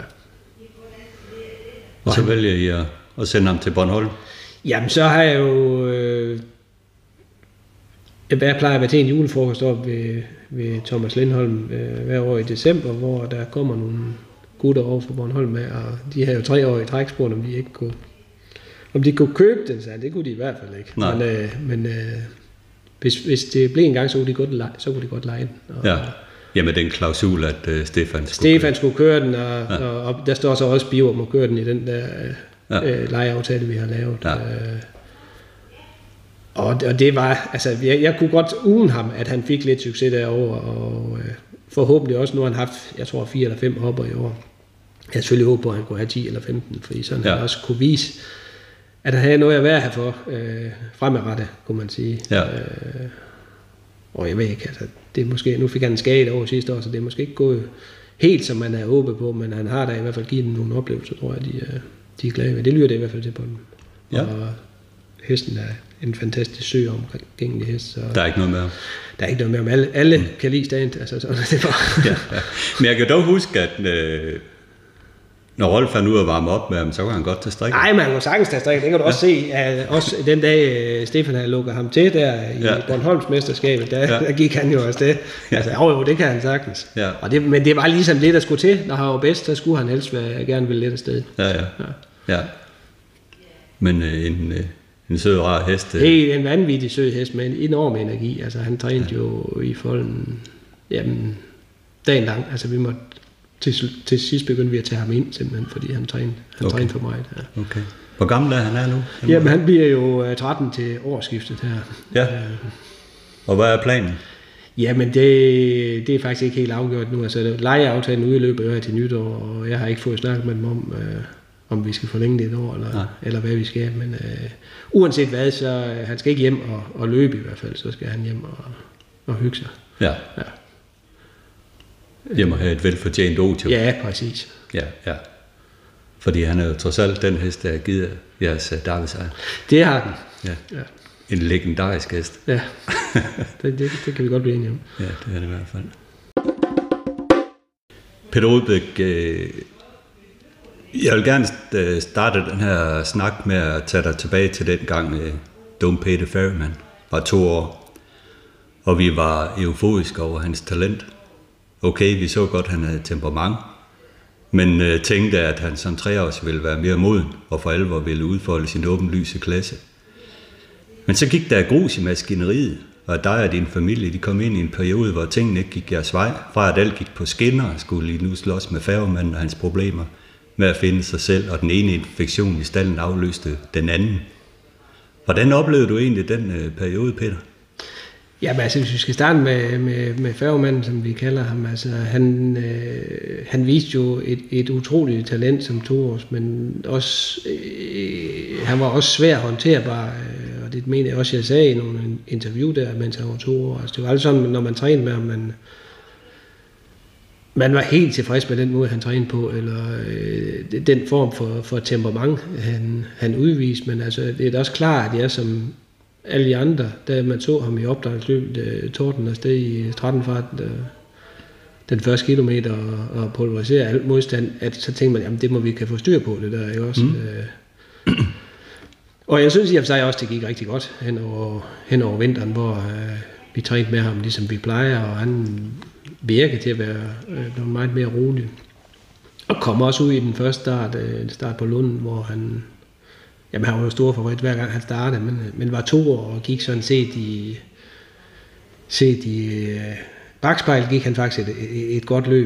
Og så vælger I at sende ham til Bornholm? Jamen så har jeg jo... Jeg plejer at være til en julefrokost op ved Thomas Lindholm hver år i december, hvor der kommer nogle gutter over fra Bornholm med, og de har jo 3 år i træksport, om de kunne købe den, så det kunne de i hvert fald ikke. Men hvis det blev en gang, så kunne de godt leje den. Ja, med den klausul, at Stefan skulle køre den, og der står så også Biver må køre den i den der lejeaftale, vi har lavet. Ja. Og det var, altså jeg kunne godt uden ham, at han fik lidt succes derovre, og forhåbentlig også, nu har han haft, jeg tror 4 eller 5 hopper i år. Jeg har selvfølgelig håbet på, at han kunne have 10 eller 15, fordi sådan han også kunne vise, at han havde noget at være her for fremadrettet, kunne man sige. Ja. Og jeg ved ikke, altså det er måske, nu fik han en skade over sidste år, så det er måske ikke gået helt, som man havde håbet på, men han har da i hvert fald givet dem nogle oplevelser, tror jeg, de er glade ved. Det lyder det i hvert fald til på dem. Ja. Og hesten er en fantastisk sø omkring hest. Så der er ikke noget med ham. Der er ikke noget med ham. Alle kan lide stand, altså sådan er det bare. Ja. Men jeg kan dog huske, at når Rolf fandt ud af at varme op med ham, så var han godt til strikke. Nej, man kan sagtens tage strikke. Det kan du også se. Også den dag, Stefan havde lukket ham til der i Bornholms mesterskabet, der gik han jo afsted. Altså, jo, det kan han sagtens. Ja. Men det var ligesom det, der skulle til. Når han var bedst, så skulle han helst gerne ville lidt afsted. Ja. Men en sød, rar hest. Det er en vanvittig sød hest med en enorm energi. Altså, han trænede jo i folden dagen lang. Altså, vi måtte til sidst begyndte vi at tage ham ind, simpelthen, fordi han trænede for meget. Ja. Okay. Hvor gammel er han nu? Jamen, han bliver jo 13 til årsskiftet her. Ja. Og hvad er planen? Jamen, det er faktisk ikke helt afgjort nu. Altså, lejeaftalen udløber jo til nytår, og jeg har ikke fået snakket med dem om vi skal forlænge det et år, eller hvad vi skal. Men uanset hvad, så han skal ikke hjem og løbe i hvert fald, så skal han hjem og hygge sig. Ja. Hjem og have et velfortjent otium. Ja, præcis. Ja. Fordi han er jo trods alt den hest, der har givet jeres derby-sejr. Det har den. Ja. En legendarisk hest. Ja, det kan vi godt blive enige om. Ja, det er det i hvert fald. Peter Rudbæk, jeg vil gerne starte den her snak med at tage dig tilbage til den gang, Don't Pay the Ferryman var 2 år, og vi var euforiske over hans talent. Okay, vi så godt, at han havde temperament, men tænkte, at han som 3-års ville være mere moden, og for alvor ville udfolde sin åbenlyse klasse. Men så gik der grus i maskineriet, og dig og din familie, de kom ind i en periode, hvor tingene ikke gik jeres vej, fra at alt gik på skinner, og skulle lige nu slås med færgemanden og hans problemer med at finde sig selv, og den ene infektion i stallen afløste den anden. Hvordan oplevede du egentlig den periode, Peter? Jamen altså, hvis vi skal starte med færgemanden, som vi kalder ham, altså han viste jo et utroligt talent som 2-års, men også, han var også svær håndterbar, og det mener jeg også, jeg sagde i nogle interview der, mens han var 2 år. Altså, det var altså sådan, når man trænede med ham, man var helt tilfreds med den måde, han trænede på, eller den form for temperament, han udviste, men altså, det er da også klart, at jeg som alle de andre, da man så ham i opdragsløbet, torden afsted i 13 fart, den første kilometer og pulverisere alt modstand, at så tænkte man, jamen det må vi kan få styr på det der, ikke også? Og jeg synes i og for sig også, det gik rigtig godt hen over vinteren, hvor vi trænede med ham, ligesom vi plejer, og han virkede til at være meget mere rolig. Og kom også ud i den første start på Lunden, hvor han var jo stor favorit hver gang han startede, men var 2 år og gik sådan set i bakspejl, gik han faktisk et godt løb.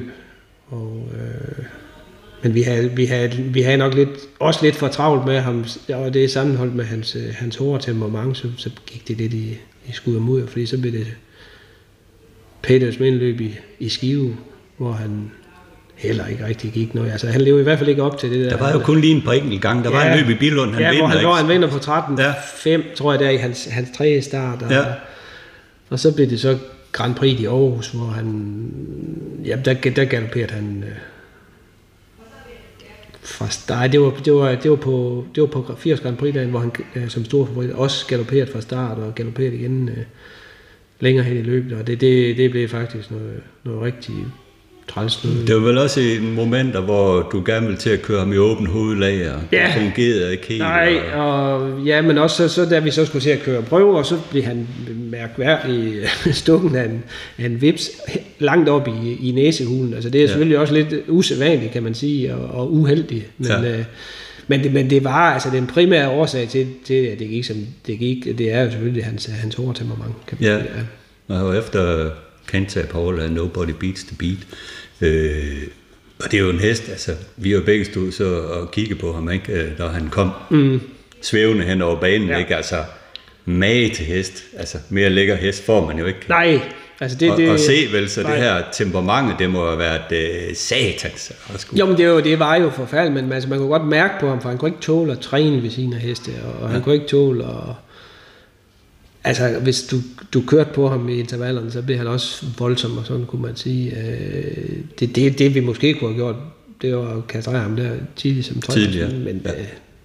Men vi havde nok lidt for travlt med ham, og det er sammenholdt med hans hårde temperament, så gik det lidt i skud og mudder, fordi så blev det Peters indløb i Skive, hvor han heller ikke rigtig gik noget. Altså, han levede i hvert fald ikke op til det der. Der var jo kun lige en par enkelt gang. Der var en løb i Billund, han vinder. Hvor han vinder på 13.5, tror jeg, der i hans 3. start. Og så blev det så Grand Prix i Aarhus, hvor han, der galopperede han fra start. Det var på 80 Grand Prix-dagen, hvor han som stor favorit også galopperede fra start og galopperede igen længere hen i løbet. Og det blev faktisk noget rigtig træls. Det var vel også en moment, hvor du gerne ville til at køre ham i åben hovedlag, og det fungerede ikke helt. Nej, men også så da vi så skulle til at køre prøve, og så blev han mærkværdigt stukken af en vips langt op i næsehulen. Altså det er selvfølgelig også lidt usædvanligt, kan man sige, og uheldigt. Men det var altså den primære årsag til at det gik som det gik. Det er jo selvfølgelig hans hårde temperament, kan man sige. Og efter Kenta Paul er Nobody Beats the Beat. Og det er jo en hest, altså vi har jo begge stod så og kigge på ham, ikke, når han kom svævende hen over banen, ikke, altså mage til hest, altså mere lækker hest får man jo ikke. Nej, altså det og se vel så det her temperament, det må have været satans. Jo, men det var jo forfærdeligt, men altså, man kunne godt mærke på ham, for han kunne ikke tåle at træne ved sine heste, og han kunne ikke tåle at... Altså, hvis du kørte på ham i intervallerne, så blev han også voldsom, og sådan kunne man sige. Det vi måske kunne have gjort, det var at kastrere ham der tidligt som 3. Men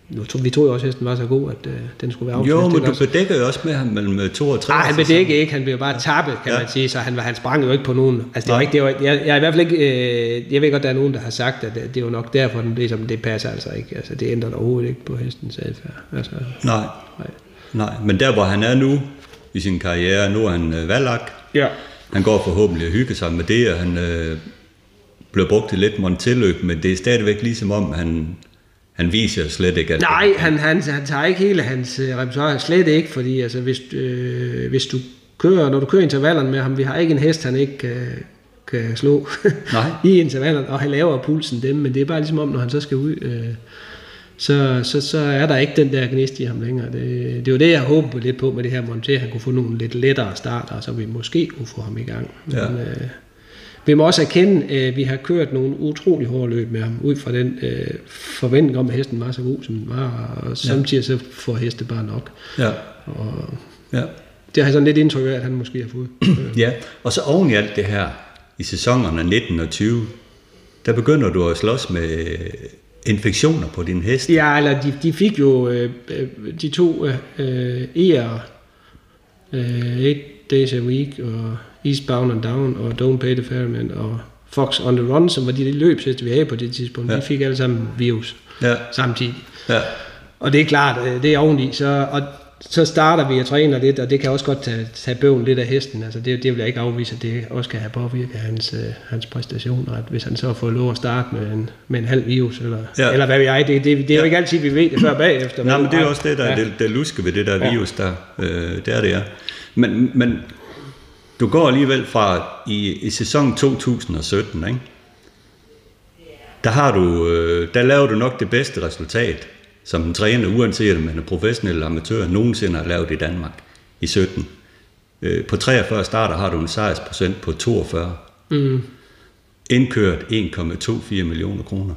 vi troede også, at hesten var så god, at den skulle være afsluttet. Jo, men du bedækker jo også med ham mellem 2 og 3. Nej, han bedækker ikke. Han blev bare tappet, kan man sige, så han sprang jo ikke på nogen. Altså, jeg er i hvert fald ikke... jeg ved godt, der er nogen, der har sagt, at det var nok derfor, den blev som det passer altså ikke. Altså, det ændrer overhovedet ikke på hestens adfærd. Altså, Nej, men der, hvor han er nu i sin karriere, nu er han valak. Ja. Han går forhåbentlig og hygger sig med det, og han bliver brugt til lidt Montelløb, men det er stadigvæk ligesom om, han viser slet ikke alt. Nej, han tager ikke hele hans repertoire, slet ikke, fordi altså, hvis du kører, når du kører intervallerne med ham, vi har ikke en hest, han ikke kan slå i intervallerne, og han laver pulsen dem, men det er bare ligesom om, når han så skal ud, så er der ikke den der gnist i ham længere. Det er jo det, jeg håber lidt på med det her Monté, han kunne få nogle lidt lettere starter, så vi måske kunne få ham i gang. Men, vi må også erkende, at vi har kørt nogle utrolig hårde løb med ham, ud fra den forventning om, at hesten var så god, som den var, og samtidig så får heste bare nok. Ja. Det har jeg sådan lidt indtryk af, at han måske har fået. Ja, og så oven i alt det her, i sæsonerne 19 og 20, der begynder du at slås med infektioner på din hest. Ja, eller de fik jo de 2 ER, 8 Days a Week, og Eastbound and Down, og Don't Pay the Ferryman, og Fox on the Run, som var de løbsheste, vi havde på det tidspunkt. De fik alle sammen virus samtidig. Ja. Og det er klart, det er oveni, så starter vi at træne lidt, og det kan også godt tage bøven lidt af hesten. Altså det vil jeg ikke afvise, at det også kan have påvirket hans præstationer, at hvis han så får lov at starte med en halv virus, eller hvad ved jeg, det er jo ikke altid, vi ved det før bagefter. Nej, men det er også det, der er det luske ved det der virus, der det er. Men du går alligevel fra i sæson 2017, ikke? Der laver du nok det bedste resultat som en træner, uanset om man er professionel eller amatør, nogensinde har lavet i Danmark i 17. På 43 starter har du en sejrsprocent på 42. Indkørt 1,24 millioner kroner.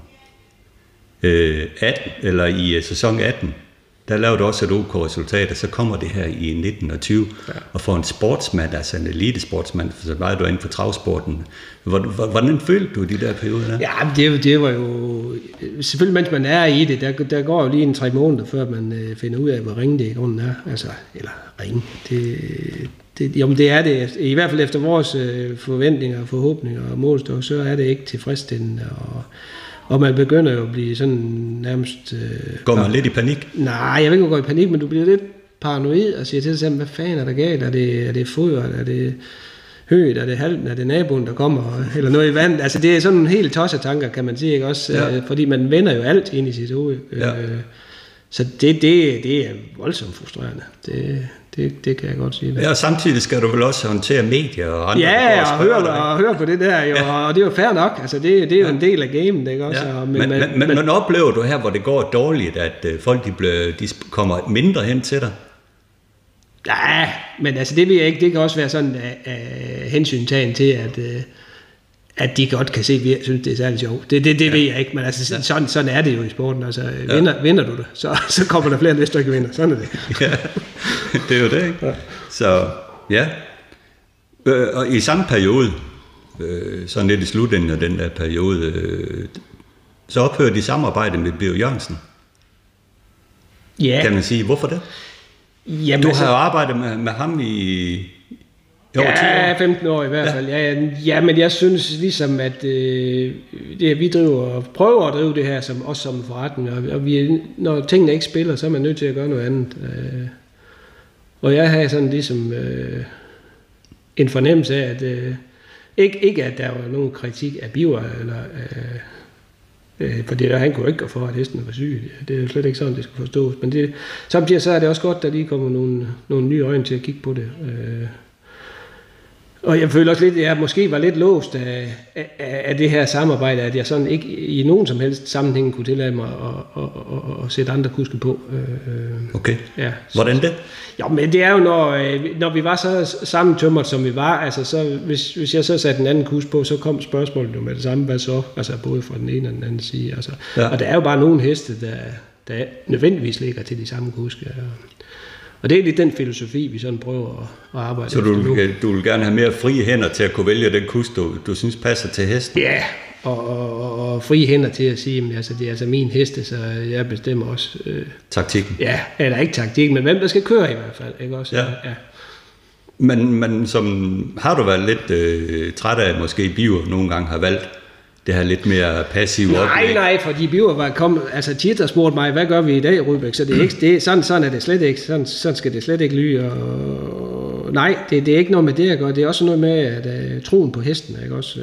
I sæson 18, der lavede du også et OK resultat, og så kommer det her i 19 og 20, og for en sportsmand, altså en elitesportsmand, for så var du inden for travsporten. Hvordan følte du de der perioder der? Ja, det var jo... Selvfølgelig, mens man er i det, der går jo lige en 3 måneder, før man finder ud af, hvor ringe det i grunden er. Altså, eller ringe. Det er det. I hvert fald efter vores forventninger, forhåbninger og målstok, så er det ikke tilfredsstillende, og man begynder jo at blive sådan nærmest... Går man lidt i panik? Nej, jeg vil ikke gå i panik, men du bliver lidt paranoid og siger til dig selv, hvad fanden er der galt? Er det foder? Er det højt? Er det halten? Er det naboen, der kommer? Eller noget i vand? Altså det er sådan en helt tosset tanker, kan man sige, ikke også? Fordi man vender jo alt ind i sit hoved. Så det er voldsomt frustrerende. Det kan jeg godt sige. Ja, og samtidig skal du vel også håndtere medier og andre. Ja, og høre på det der jo, og det er jo fair nok. Altså det er jo en del af gamet, ikke også? Ja. Men oplever du her, hvor det går dårligt, at folk de kommer mindre hen til dig? Ja, men altså det vil jeg ikke. Det kan også være sådan hensyntagen til, at de godt kan se, at jeg synes, det er særligt sjovt. Det ved jeg ikke, men altså, sådan er det jo i sporten. Altså, vinder du det, så kommer der flere næste, der ikke vinder. Sådan er det. Ja, det er jo det, ikke? Ja. Så, ja. Og i samme periode, sådan lidt i slutningen af den der periode, så ophører de samarbejde med Birger Jørgensen. Ja. Kan man sige, hvorfor det? Jamen, du har jo arbejdet med ham i... 15 år i hvert fald. Ja, men jeg synes ligesom, at det vi prøver at drive det her som forretning, og når tingene ikke spiller, så er man nødt til at gøre noget andet. Og jeg har sådan ligesom en fornemmelse af, at ikke at der var nogen kritik af Biver, eller fordi han kunne ikke gå for, at hesten var syg. Det er jo slet ikke sådan, det skal forstås. Men samtidig så er det også godt, at der lige kommer nogle nye øjne til at kigge på det. Og jeg føler også lidt, at jeg måske var lidt låst af det her samarbejde, at jeg sådan ikke i nogen som helst sammenhæng kunne tillade mig at sætte andre kuske på. Okay. Ja, hvordan det? Jo, men det er jo, når vi var så sammentømret, som vi var, altså så, hvis jeg så satte en anden kusk på, så kom spørgsmålet jo med det samme, hvad så? Altså både fra den ene og den anden side. Altså. Ja. Og der er jo bare nogle heste, der nødvendigvis ligger til de samme kuske. Og det er lidt den filosofi, vi sådan prøver at arbejde så efter. Så du vil gerne have mere frie hænder til at kunne vælge den kusk, du synes passer til hesten? Ja, og får frie hænder til at sige, men altså, det er altså min heste, så jeg bestemmer også... taktikken. Ja, eller ikke taktikken, men hvem der skal køre i hvert fald, ikke også? Ja. Men har du været lidt træt af, måske Biver nogle gange har valgt det her lidt mere passive oplæg? Nej, fordi Biver var kommet, altså tit har spurgt mig, hvad gør vi i dag, Rybæk? Så det er ikke, sådan er det slet ikke, sådan skal det slet ikke lyde, og nej, det er ikke noget med det at gøre, det er også noget med, at troen på hesten, ikke også?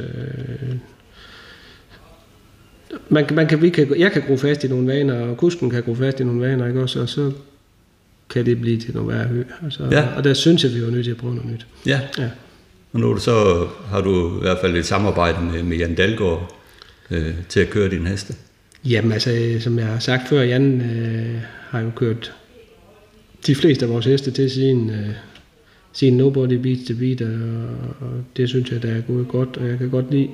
Jeg kan gro fast i nogle vaner, og kusken kan gro fast i nogle vaner, ikke også? Og så kan det blive til noget værre hø. Altså, og der synes jeg, vi var nødt til at prøve noget nyt. Ja. Og nu så har du i hvert fald et samarbejde med Jan Dalgaard til at køre din heste. Jamen altså, som jeg har sagt før, Jan har jo kørt de fleste af vores heste til siden Nobody Beats the Beat, og det synes jeg, der er gået godt, og jeg kan godt lide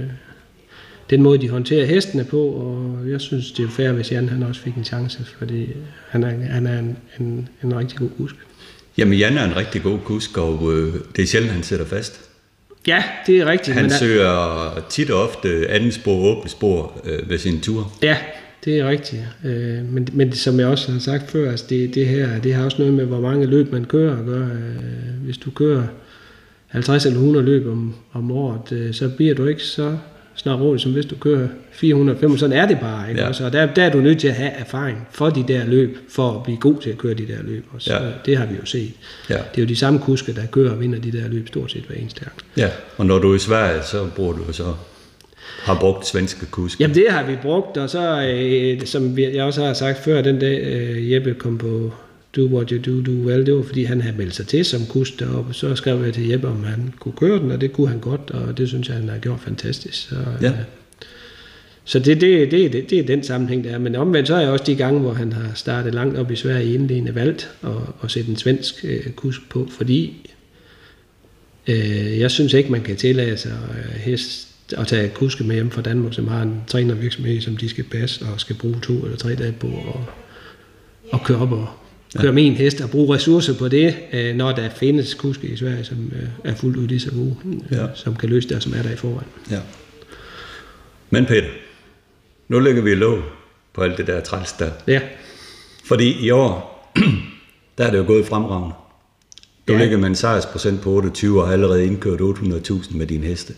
den måde, de håndterer hestene på, og jeg synes, det er fair, hvis Jan han også fik en chance, fordi han er en rigtig god kusk. Jamen, Jan er en rigtig god kusk, og det er sjældent, han sætter fast. Ja, det er rigtigt. Han søger tit og ofte anden spor, åbne spor ved sin tur. Ja, det er rigtigt. Men som jeg også har sagt før, altså det har også noget med, hvor mange løb man kører at gøre. Hvis du kører 50 eller 100 løb om året, så bliver du ikke så snart rådigt, som hvis du kører 405, sådan er det bare, ikke? Ja. Og der er du nødt til at have erfaring for de der løb, for at blive god til at køre de der løb også. Ja. Det har vi jo set. Ja. Det er jo de samme kusker, der kører og vinder de der løb stort set hver eneste gang. Ja, og når du er i Sverige, så bruger du så har brugt svenske kusker. Jamen det har vi brugt, og så, som jeg også har sagt før, den dag Jeppe kom på Do What You Do Well, det var fordi han havde meldt sig til som kusk deroppe, så skrev jeg til Jeppe, om han kunne køre den, og det kunne han godt, og det synes jeg, han har gjort fantastisk. Så, ja. Så det er den sammenhæng, der er. Men omvendt så er jeg også de gange, hvor han har startet langt op i Sverige i indledende valgt at sætte en svensk kusk på, fordi jeg synes ikke, man kan tillade sig at tage kuske med hjem fra Danmark, som har en trænervirksomhed, som de skal passe og skal bruge 2 eller 3 dage på og køre op og køre med en hest og bruge ressourcer på det, når der findes kuske i Sverige, som er fuldt ud lige så gode, som kan løse det, som er der i forvejen. Ja. Men Peter, nu lægger vi låg på alt det der træls der. Ja. Fordi i år, der er det jo gået fremragende. Du ligger med en sejrsprocent på 28 og har allerede indkørt 800.000 med dine heste.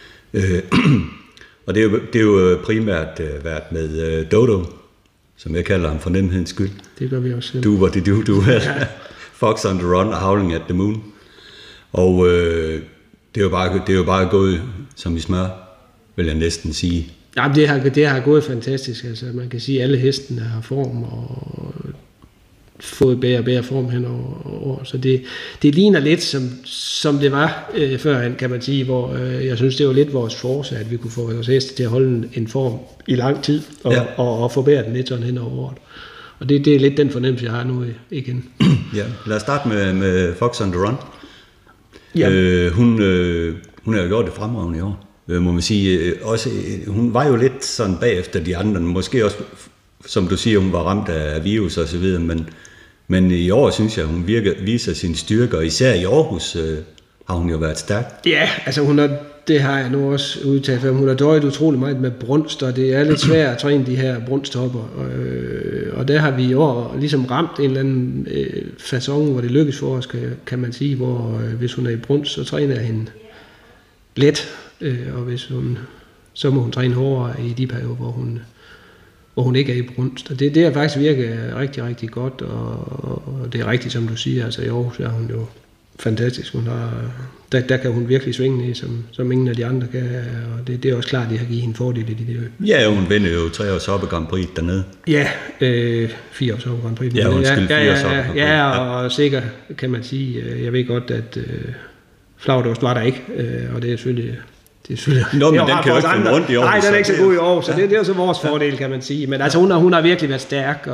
Og det er jo primært været med Dodo, som jeg kalder ham for nemhedens skyld. Det gør vi også. Do what you do. Fox on the run og Howling at the Moon. Og det er jo bare gået som i smør, vil jeg næsten sige. Ja, det har gået fantastisk. Altså, man kan sige, at alle hestene har form og fået bedre og bedre form hen over år. Så det ligner lidt, som det var førhen, kan man sige, hvor jeg synes, det var lidt vores force, at vi kunne få vores heste til at holde en form i lang tid, og forbedre den lidt sådan hen over året. Og det er lidt den fornemmelse, jeg har nu igen. Ja, lad os starte med Fox on the Run. Ja. Hun har jo gjort det fremragende i år. Må man sige, også, hun var jo lidt sådan bagefter de andre, måske også, som du siger, hun var ramt af virus og så videre, men i år synes jeg, hun viser sin styrke, og især i Aarhus har hun jo været stærk. Ja, altså det har jeg nu også udtalt, for hun har døjet utrolig meget med brunst, og det er lidt svært at træne de her brunsthopper, og der har vi i år ligesom ramt en eller anden facon, hvor det lykkes for os, kan man sige, hvor hvis hun er i brunst, så træner jeg hende let, og så må hun træne hårdere i de perioder, hvor hun ikke er i brunst. Og det har faktisk virket rigtig, rigtig godt, og det er rigtigt, som du siger, altså i Aarhus er hun jo fantastisk. Der kan hun virkelig svinge ned, som ingen af de andre kan, og det er også klart, at de har givet hende fordel i de løb. Ja, hun vinder jo 3 års Hoppe Grand Prix dernede. Ja, 4 års Hoppe Grand Prix. Ja, undskyld, 4 års Hoppe Grand Prix. Ja, og sikkert kan man sige, jeg ved godt, at flagdåst var der ikke, og det er selvfølgelig... Nå, men den kan jo ikke finde rundt i år. Nej, den er ikke så god i år, så det er jo så vores fordel, kan man sige. Men altså, hun har virkelig været stærk,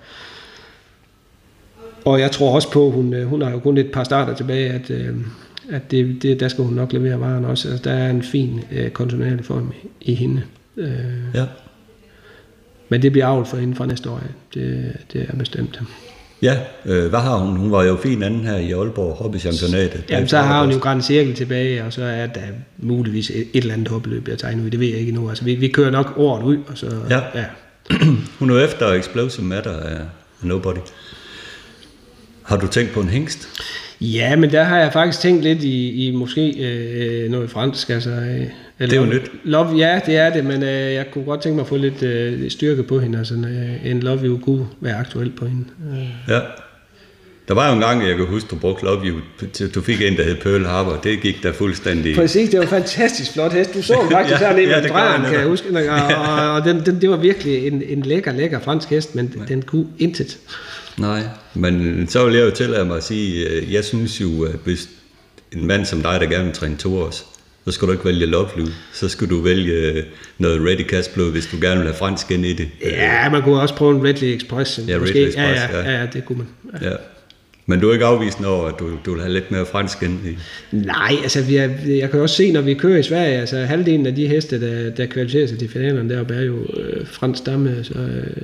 og jeg tror også på, hun har jo kun et par starter tilbage, at der skal hun nok levere varen også. Altså, der er en fin kontinuerlig form i hende. Ja. Men det bliver avlet for hende fra næste år. Det er bestemt. Ja, hvad har hun? Hun var jo fin anden her i Aalborg hobbychampionatet. Jamen, så har hun jo Grand Cirkel tilbage, og så er der muligvis et eller andet hoppeløb, jeg tager nu i. Det ved jeg ikke nu. Altså, vi kører nok året ud, og så... Ja. Hun er efter Explosive Matter af Nobody. Har du tænkt på en hingst? Ja, men der har jeg faktisk tænkt lidt i måske noget fransk. Altså, det er jo nyt. Love, ja, det er det, men jeg kunne godt tænke mig at få lidt styrke på hende. Altså, en Love You kunne være aktuel på hende. Ja. Der var jo en gang, jeg kan huske, du brugte Love You, du fik en, der hed Pearl Harbor. Det gik der fuldstændig... Præcis, det var en fantastisk flot hest. Du så den faktisk her nede med dræren, kan jeg huske. Og det var virkelig en lækker fransk hest, men den kunne intet. Nej, men så vil jeg jo tillade mig at sige, jeg synes jo, at hvis en mand som dig, der gerne vil træne toårs, så skal du ikke vælge Love You, så skal du vælge noget Ready Cash Blue, hvis du gerne vil have fransk ind i det. Ja, man kunne også prøve en Redley Express. Ja, Redley Express, ja, det kunne man. Ja. Men du er ikke afvisende over, at du vil have lidt mere fransk ind i? Nej, altså jeg kan også se, når vi kører i Sverige, altså halvdelen af de heste, der kvalificerer sig til finalerne deroppe, er jo fransk stamme, så...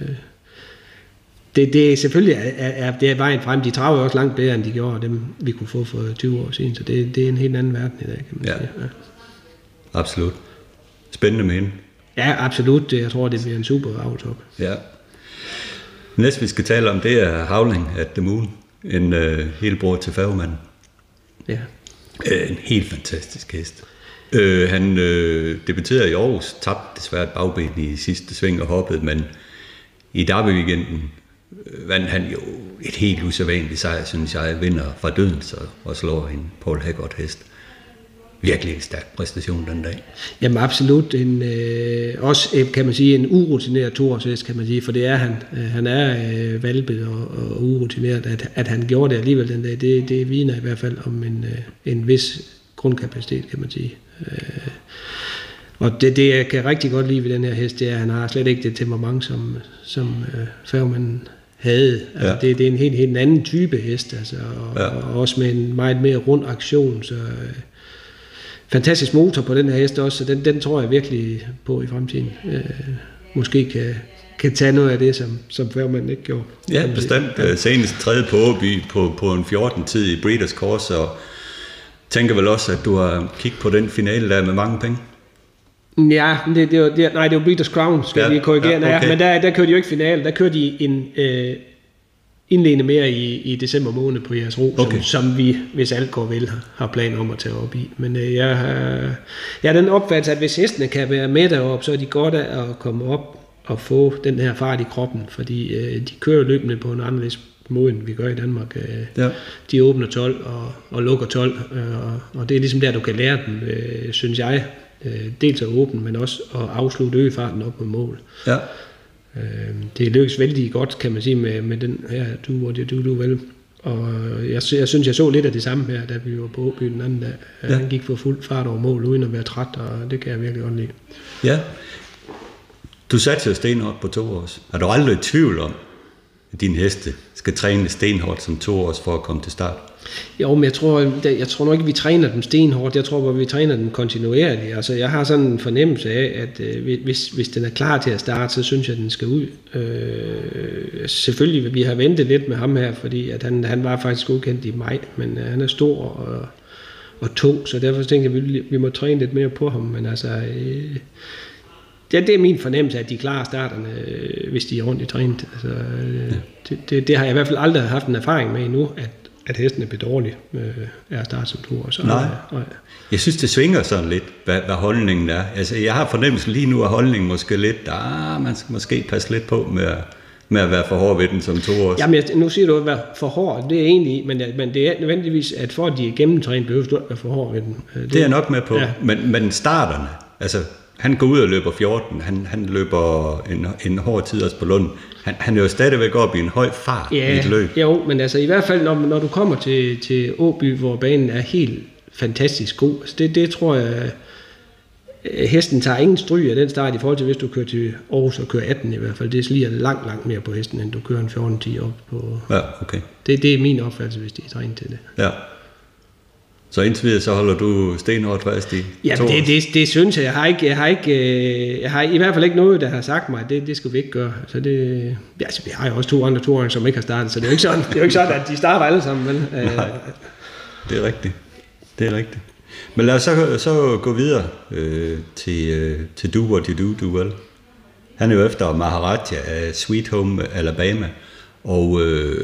Det selvfølgelig det er vejen frem. De traver jo også langt bedre, end de gjorde dem, vi kunne få for 20 år siden. Så det er en helt anden verden i dag, kan man sige. Ja. Absolut. Spændende med hende. Ja, absolut. Jeg tror, det bliver en super avltop. Ja. Næste, vi skal tale om, det er Howling at the Moon. En helbror til Færgemanden. Ja. En helt fantastisk hest. Han debuterede i Aarhus, tabte desværre et bagben i sidste sving og hoppede, men i Derby-weekenden vandt han jo et helt usædvanligt sejr, synes jeg, vinder fra døden og slår en Paul Haggard hest. Virkelig en stærk præstation den dag. Jamen absolut. Også kan man sige en urutineret toårshest, kan man sige, for det er han. Han er valpet og urutineret. At han gjorde det alligevel den dag, det vidner i hvert fald om en vis grundkapacitet, kan man sige. Og det jeg kan rigtig godt lide ved den her hest, det er, at han har slet ikke det temperament, som Færgemanden havde. Altså, det er en helt anden type hest, altså, og også med en meget mere rund aktion. Så fantastisk motor på den her hest også, så den tror jeg virkelig på i fremtiden. Måske kan tage noget af det, som Færgemanden ikke gjorde. Ja, bestemt. Senest tredje på Åby på en 14-tid i Breeders' Course, og tænker vel også, at du har kigget på den finale der med mange penge? Ja, det var Breeders' Crown, skal vi korrigere. Ja, okay. Men der kørte de jo ikke finale, der kørte de en indledende mere i december måned på jeres ro, okay, som vi, hvis alt går vel, har planer om at tage op i. Men jeg har den opfattelse, at hvis hestene kan være med deroppe, så er de godt af at komme op og få den her fart i kroppen, fordi de kører løbende på en anderledes måde, end vi gør i Danmark. De åbner 12 og lukker 12, og det er ligesom der, du kan lære dem, synes jeg. Dels at åbne, men også at afslutte øgefarten op på mål. Ja. Det lykkes vældig godt, kan man sige, med den her du vel. Og jeg synes, jeg så lidt af det samme her, da vi var på Åby den anden dag. Han gik for fuld fart over mål, uden at være træt, og det kan jeg virkelig godt lide. Ja. Du satte jo stenhårdt på 2 års. Er du aldrig i tvivl om, at din heste skal træne stenhårdt som 2 års for at komme til start? Jo, men jeg tror nok ikke, vi træner dem stenhårdt. Jeg tror bare, vi træner dem kontinuerligt. Altså, jeg har sådan en fornemmelse af, at hvis den er klar til at starte, så synes jeg, at den skal ud. Selvfølgelig, vi har ventet lidt med ham her, fordi at han var faktisk godkendt i maj, men han er stor og tung, så derfor tænker jeg, at vi må træne lidt mere på ham. Men altså, det er min fornemmelse, at de klarer starterne, hvis de er ordentligt trænet. Altså, det har jeg i hvert fald aldrig haft en erfaring med endnu, at hesten er blevet dårlig af at starte som 2 år. Nej. Jeg synes, det svinger sådan lidt, hvad holdningen er. Altså, jeg har fornemmelsen lige nu, at holdningen måske lidt, man skal måske passe lidt på med at være for hård ved den som 2 år. Jamen, nu siger du at være for hård, det er egentlig, men det er nødvendigvis, at for at de er gennemtrænet, behøver du at være for hård ved den. Det er jeg nok med på, men starterne, altså, han går ud og løber 14, han løber en hård tid også på Lund. Han er jo stadigvæk op i en høj fart i et løb. Jo, men altså i hvert fald, når du kommer til Åby, hvor banen er helt fantastisk god, altså det tror jeg, hesten tager ingen stryg af den start i forhold til, hvis du kører til Aarhus og kører 18 i hvert fald. Det sliger langt mere på hesten, end du kører en 14-10 op på. Ja, okay. Det er min opfattelse, hvis de er trænet til det. Ja. Så indtil videre, så holder du stenhårdt fast i? Ja, det synes jeg. Jeg har i hvert fald ikke noget, der har sagt mig, at det skal vi ikke gøre. Så vi har jo også 2 andre toåringer, som ikke har startet, så det er jo ikke sådan, at de starter alle sammen. Vel? Nej, det er rigtigt. Men lad os så gå videre til Do What You Do Well. Han er jo efter Maharaja af Sweet Home Alabama, og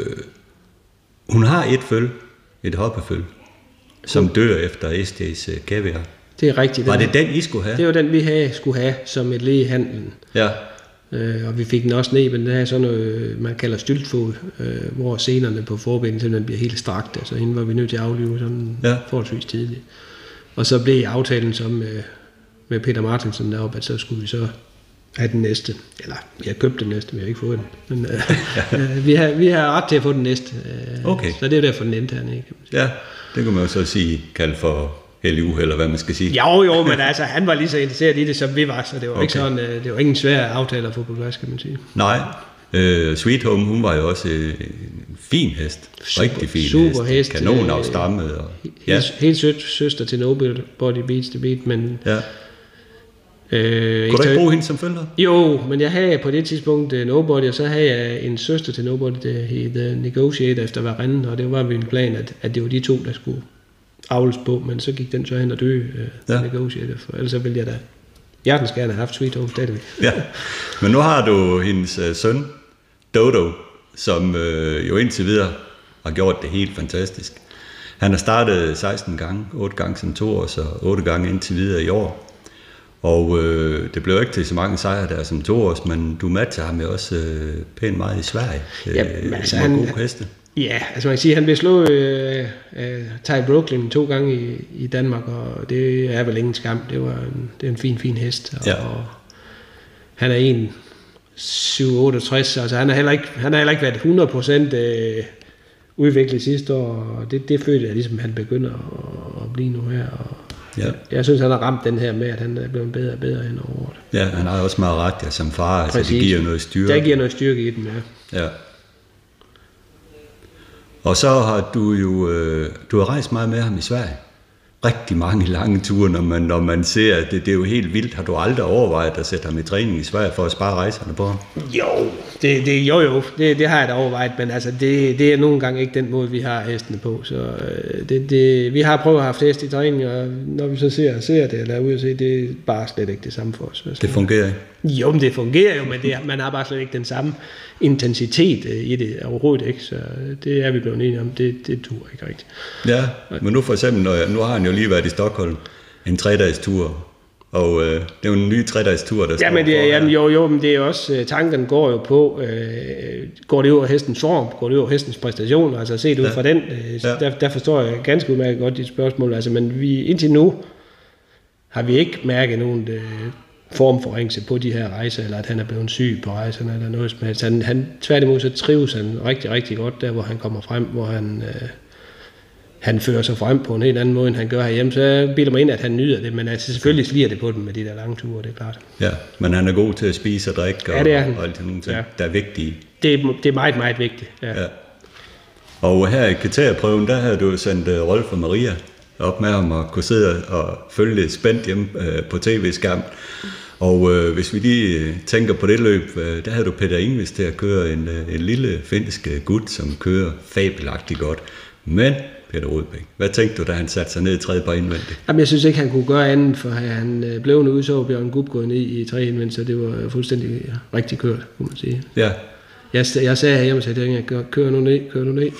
hun har et hoppeføl, som dør efter SJ's kaviar. Det er rigtigt. Var det den, I skulle have? Det var den, vi skulle have som et led i handlen. Ja. Og vi fik den også ned, men det er sådan noget, man kalder styltfod, hvor senerne på forbenet simpelthen bliver helt strakt. Altså hende var vi nødt til at aflive sådan forholdsvis tidligt. Og så blev aftalen som med Peter Martinsen deroppe, at så skulle vi så have den næste. Eller vi har købt den næste, vi har ikke fået den. Men vi har ret til at få den næste. Okay. Så det er derfor den endte hernede, kan man sige. Ja, det kan man jo så sige, kalde for heldig uheld, eller hvad man skal sige. Jo, men altså, han var lige så interesseret i det, som vi var, så det var ikke sådan, det var ingen svær aftale at få på plads, kan man sige. Nej, Sweet Home, hun var jo også en fin hest. Rigtig fin super hest. Kanon afstammet. Og, helt søster til Nobody Beats the Beat, men... Ja. Kunne du ikke bruge hende som følger? Jo, men jeg havde på det tidspunkt Nobody, og så havde jeg en søster til Nobody, der hed Negotiator efter Varenne, og det var min plan, at det var de 2, der skulle avles på, men så gik den så hen og døde, Negotiator, for ellers så ville jeg da hjertens gerne have haft Sweet Home stadigvæk. Ja, men nu har du hendes søn, Dodo, som jo indtil videre har gjort det helt fantastisk. Han har startet 16 gange, 8 gange som 2 år, så 8 gange indtil videre i år. Og det blev ikke til så mange sejre der som 2 års, men du matcher ham jo også pænt meget i Sverige. Altså han gode heste. Ja, altså man kan sige, at han blev slået Ty Brooklyn 2 gange i Danmark, og det er vel ingen skam. Det er en fin hest, og han er 1,67, altså han har heller ikke været 100% udviklet sidste år, og det følte jeg ligesom, han begynder at blive nu her, og jeg synes, han har ramt den her med, at han er blevet bedre og bedre hen over det. Ja, han har også meget ret som far, altså det giver noget styrke. Der giver noget styrke i den, ja. Og så har du jo du har rejst meget med ham i Sverige. Rigtig mange lange ture, når man ser, at det er jo helt vildt. Har du aldrig overvejet at sætte ham i træning i Sverige for at spare rejserne på ham? Jo, det har jeg da overvejet, men altså det er nogle gange ikke den måde, vi har hestene på. Så vi har prøvet at have hest i træning, og når vi så ser det eller ude at se, det er bare slet ikke det samme for os. Det fungerer ikke? Jo, men det fungerer jo, men man har bare slet ikke den samme intensitet i det overhovedet ikke, så det er vi blevet enige om, det duer ikke rigtigt. Ja, men nu for eksempel, nu har han jo lige været i Stockholm, en 3-dages tur, og det er jo en ny 3-dages tur, der står men det er også, tankerne går jo på, går det over hestens form, går det over hestens præstation, altså set ud fra den, der forstår jeg ganske udmærket godt dit spørgsmål, altså, men indtil nu har vi ikke mærket nogen formforringelse på de her rejser, eller at han er blevet syg på rejserne, eller noget som helst. Han tværtimod så trives han rigtig, rigtig godt, der hvor han kommer frem, hvor han fører sig frem på en helt anden måde, end han gør herhjemme. Så jeg bilder mig ind, at han nyder det, men altså selvfølgelig sliger det på den med de der lange ture, det er klart. Ja, men han er god til at spise og drikke, og alt det nogle ting, der er vigtige. Det er meget, meget vigtigt, ja. Og her i kriteriprøven, der havde du sendt Rolf og Maria op med ham og kunne sidde og følge lidt spændt hjemme på tv-skærmen. Og hvis vi lige tænker på det løb, der havde du Peter Ingves til at køre en lille finsk gut, som kører fabelagtigt godt. Men Peter Rudbæk, hvad tænkte du, da han satte sig ned i tredje par indvendigt? Jamen, jeg synes ikke, han kunne gøre andet, for han blev nu udså Bjørn Gub gået ned i tredje indvendigt, så det var fuldstændig rigtig kørt, kunne man sige. Ja. Jeg sagde herhjemme, at jeg kør nu ned.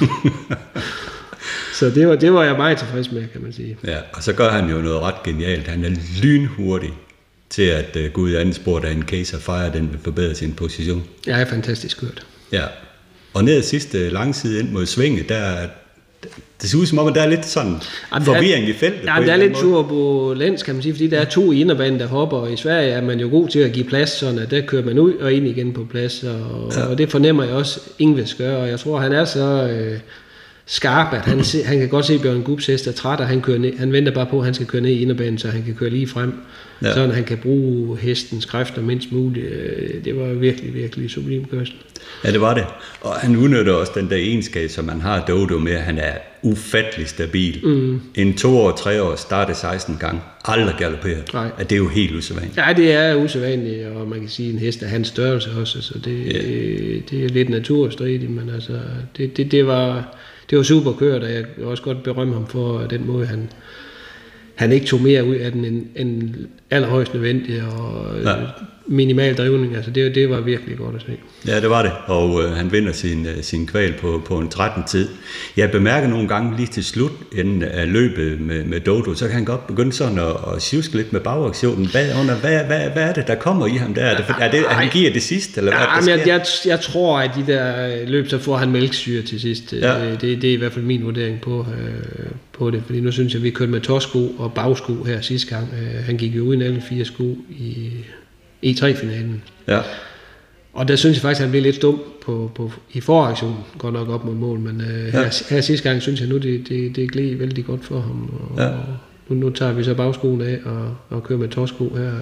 Så det var jeg meget tilfreds med, kan man sige. Ja, og så gør han jo noget ret genialt. Han er lynhurtig til at gå ud i andet spor, da en Case of Fire, den vil forbedre sin position. Ja, er fantastisk kørt. Ja, og ned ad sidste langside ind mod svinget, det ser ud som om, at der er lidt sådan forvirring i feltet. Ja, der er lidt turbulens, kan man sige, fordi der er 2 inderbaner, der hopper, og i Sverige er man jo god til at give plads, sådan at der kører man ud og ind igen på plads, og det fornemmer jeg også, Ingves gør, og jeg tror, han er så skarp, at han kan godt se Bjørn Gubs hest er træt, og han venter bare på, at han skal køre ned i inderbanen, så han kan køre lige frem, sådan at han kan bruge hestens kræfter mindst muligt. Det var virkelig, virkelig sublim kørsel. Ja, det var det. Og han udnytter også den der egenskab, som man har Dodo med, han er ufattelig stabil. En 2-3 år startede 16 gange, aldrig galopperet. Det er jo helt usædvanligt. Ja, det er usædvanligt, og man kan sige, en hest af hans størrelse også, så det er lidt naturstridigt, men altså, det var super kørt, og jeg vil også godt berømme ham for den måde, han ikke tog mere ud af den end allerhøjst nødvendigt, og minimal drivning, altså det var virkelig godt at se. Ja, det var det, og han vinder sin kval på en 13-tid. Jeg bemærker nogle gange lige til slut inden af løbet med Dodo, så kan han godt begynde sådan at sjuske lidt med bagaktionen. Hvad er det, der kommer i ham der? Er det han giver det sidste, eller hvad der sker? Jeg tror, at de der løb, så får han mælksyre til sidst. Ja. Det er i hvert fald min vurdering på det, fordi nu synes jeg, at vi kørte med tåsko og bagsko her sidste gang. Han gik jo uden alle 4 sko i E3-finalen. Ja. Og der synes jeg faktisk, at han blev lidt dum i foraktionen, går nok op mod mål, men her sidste gang synes jeg nu, det gled vældig godt for ham. Og nu tager vi så bagskoen af og kører med tåsko her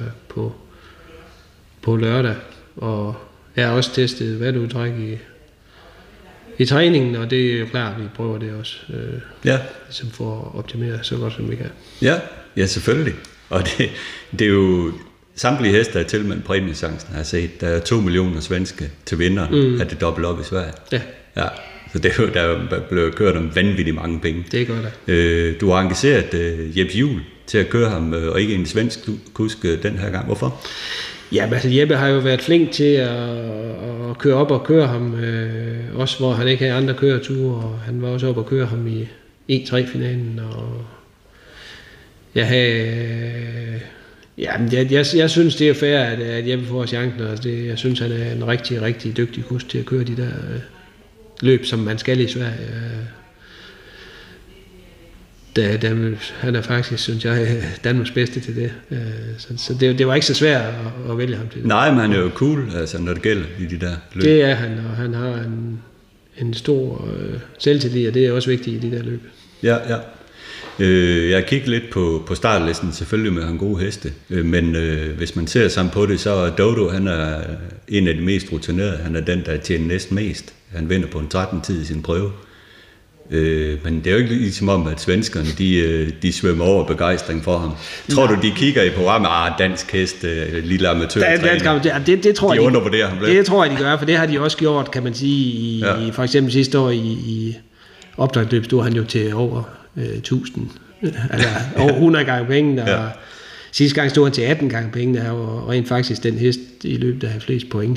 på lørdag. Og jeg har også testet vatudtræk i træningen, og det er jo klart, at vi prøver det også. Ligesom for at optimere så godt, som vi kan. Ja, selvfølgelig. Og det er jo samtlige heste, der er tilmeldt præmiechancen, har jeg set. Der er 2 millioner svenske til vinderen, at det dobbelt op i Sverige. Ja. Så det er jo, der blevet kørt om vanvittigt mange penge. Det er godt da. Du har engageret Jeppe Juhl til at køre ham, og ikke en svensk kusk den her gang. Hvorfor? Ja, altså Jeppe har jo været flink til at køre op og køre ham, også hvor han ikke havde andre køreture, og han var også op og køre ham i E3-finalen, og jeg synes, det er fair, at Jeppe får chancen, og jeg synes, han er en rigtig, rigtig dygtig kusk til at køre de der løb, som man skal i Sverige. Han er faktisk, synes jeg, Danmarks bedste til det. Så det var ikke så svært at vælge ham til det. Nej, men han er jo cool, altså, når det gælder i de der løb. Det er han, og han har en stor selvtillid, og det er også vigtigt i de der løb. Ja. Jeg kigger lidt på startlisten, selvfølgelig med han gode heste, men hvis man ser sammen på det, så er Dodo, han er en af de mest rutinerede. Han er den, der tjener næsten mest. Han vinder på en 13-tid i sin prøve. Men det er jo ikke ligesom om, at svenskerne, de svømmer over begejstring for ham. Tror du, de kigger i programmet, dansk hest, lille amatørtræner? Det tror jeg, de undervurderer ham lidt. Det tror jeg, de gør, for det har de også gjort, kan man sige, for eksempel sidste år i opdragsløb stod han jo til over 1000, altså over 100 gange pengene, og sidste gang stod han til 18 gange pengene, og rent faktisk den hest i løbet, der havde flest point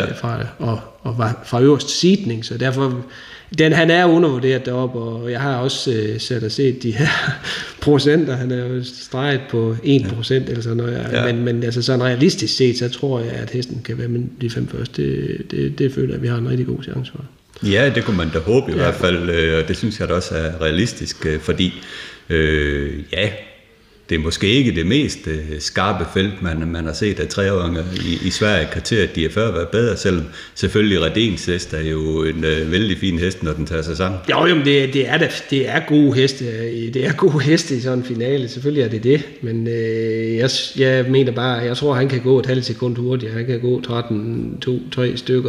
og var fra øverste seedning, så derfor, han er undervurderet deroppe, og jeg har også set de her procenter, han er jo streget på 1% eller sådan noget, men altså sådan realistisk set, så tror jeg, at hesten kan være med de 5 første, det føler jeg, at vi har en rigtig god chance for. Ja, det kunne man da håbe i hvert fald, og det synes jeg da også er realistisk, fordi det er måske ikke det mest skarpe felt, man har set af 3-åringer i Sverige. Kriteriet, de er før været bedre, selvom selvfølgelig Redéns hest er jo en vældig fin hest, når den tager sig sammen. Jo, men det er gode heste. Det er gode heste i sådan en finale, selvfølgelig er det, men jeg mener bare, jeg tror, han kan gå et halvt sekund hurtigere. Han kan gå 13-2-3 stykker,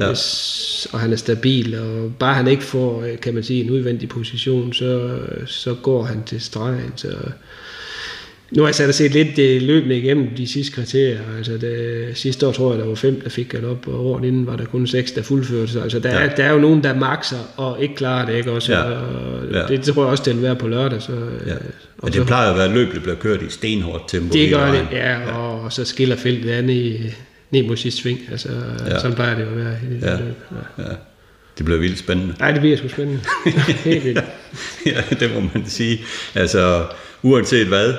og han er stabil, og bare han ikke får, kan man sige, en udvendig position, så går han til stregen, så nu har jeg sat og set lidt løbende igennem de sidste kriterier. Altså sidste år tror jeg, der var 5, der fik galop, og året inden var der kun 6, der fuldførte sig. Altså der er jo nogen, der makser og ikke klarer det, ikke også? Det tror jeg også, det vil være på lørdag. Så, og det plejer at være løb, der bliver kørt i stenhårdt tempo. Det gør det, og så skiller feltet andet ned mod sidste sving. Altså, sådan plejer det at være i det løb. Ja. Det bliver vildt spændende. Nej, det bliver sgu spændende. Helt vildt. Ja, det må man sige. Altså, uanset hvad,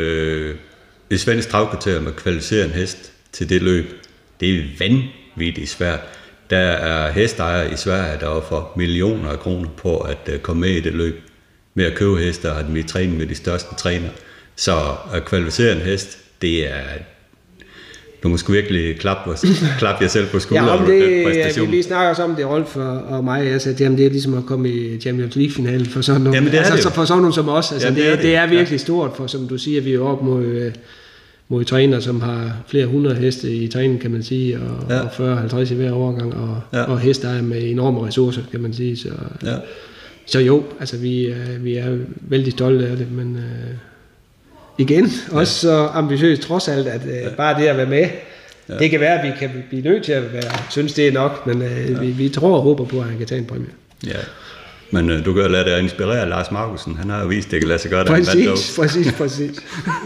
et svensk travkvarter med kvalificeret en hest til det løb, det er vanvittigt svært. Der er hestejere i Sverige, der offer millioner af kroner på at komme med i det løb. Med at købe hester og have dem i træning med de største trænere. Så at kvalificere en hest, det er... Du må sgu virkelig klappe jer selv på skulderen. Vi snakker også om det, Rolf og mig. Jeg sagde, det er ligesom at komme i Champions League-finalen for sådan nogen. For sådan nogen som os. Altså, det er virkelig stort, for som du siger, vi er oppe mod træner, som har flere 100 heste i træning, kan man sige, og 40-50 i hver overgang, og heste er med enorme ressourcer, kan man sige. Så Så jo, altså vi er vældig stolte af det, men igen, også så ambitiøst trods alt, at bare det at være med, det kan være, at vi kan blive nødt til at synes det er nok, men vi tror og håber på, at han kan tage en præmie. Ja, men du kan jo lade dig inspirere af Lars Markusen, han har jo vist, det kan lade sig gøre. Præcis.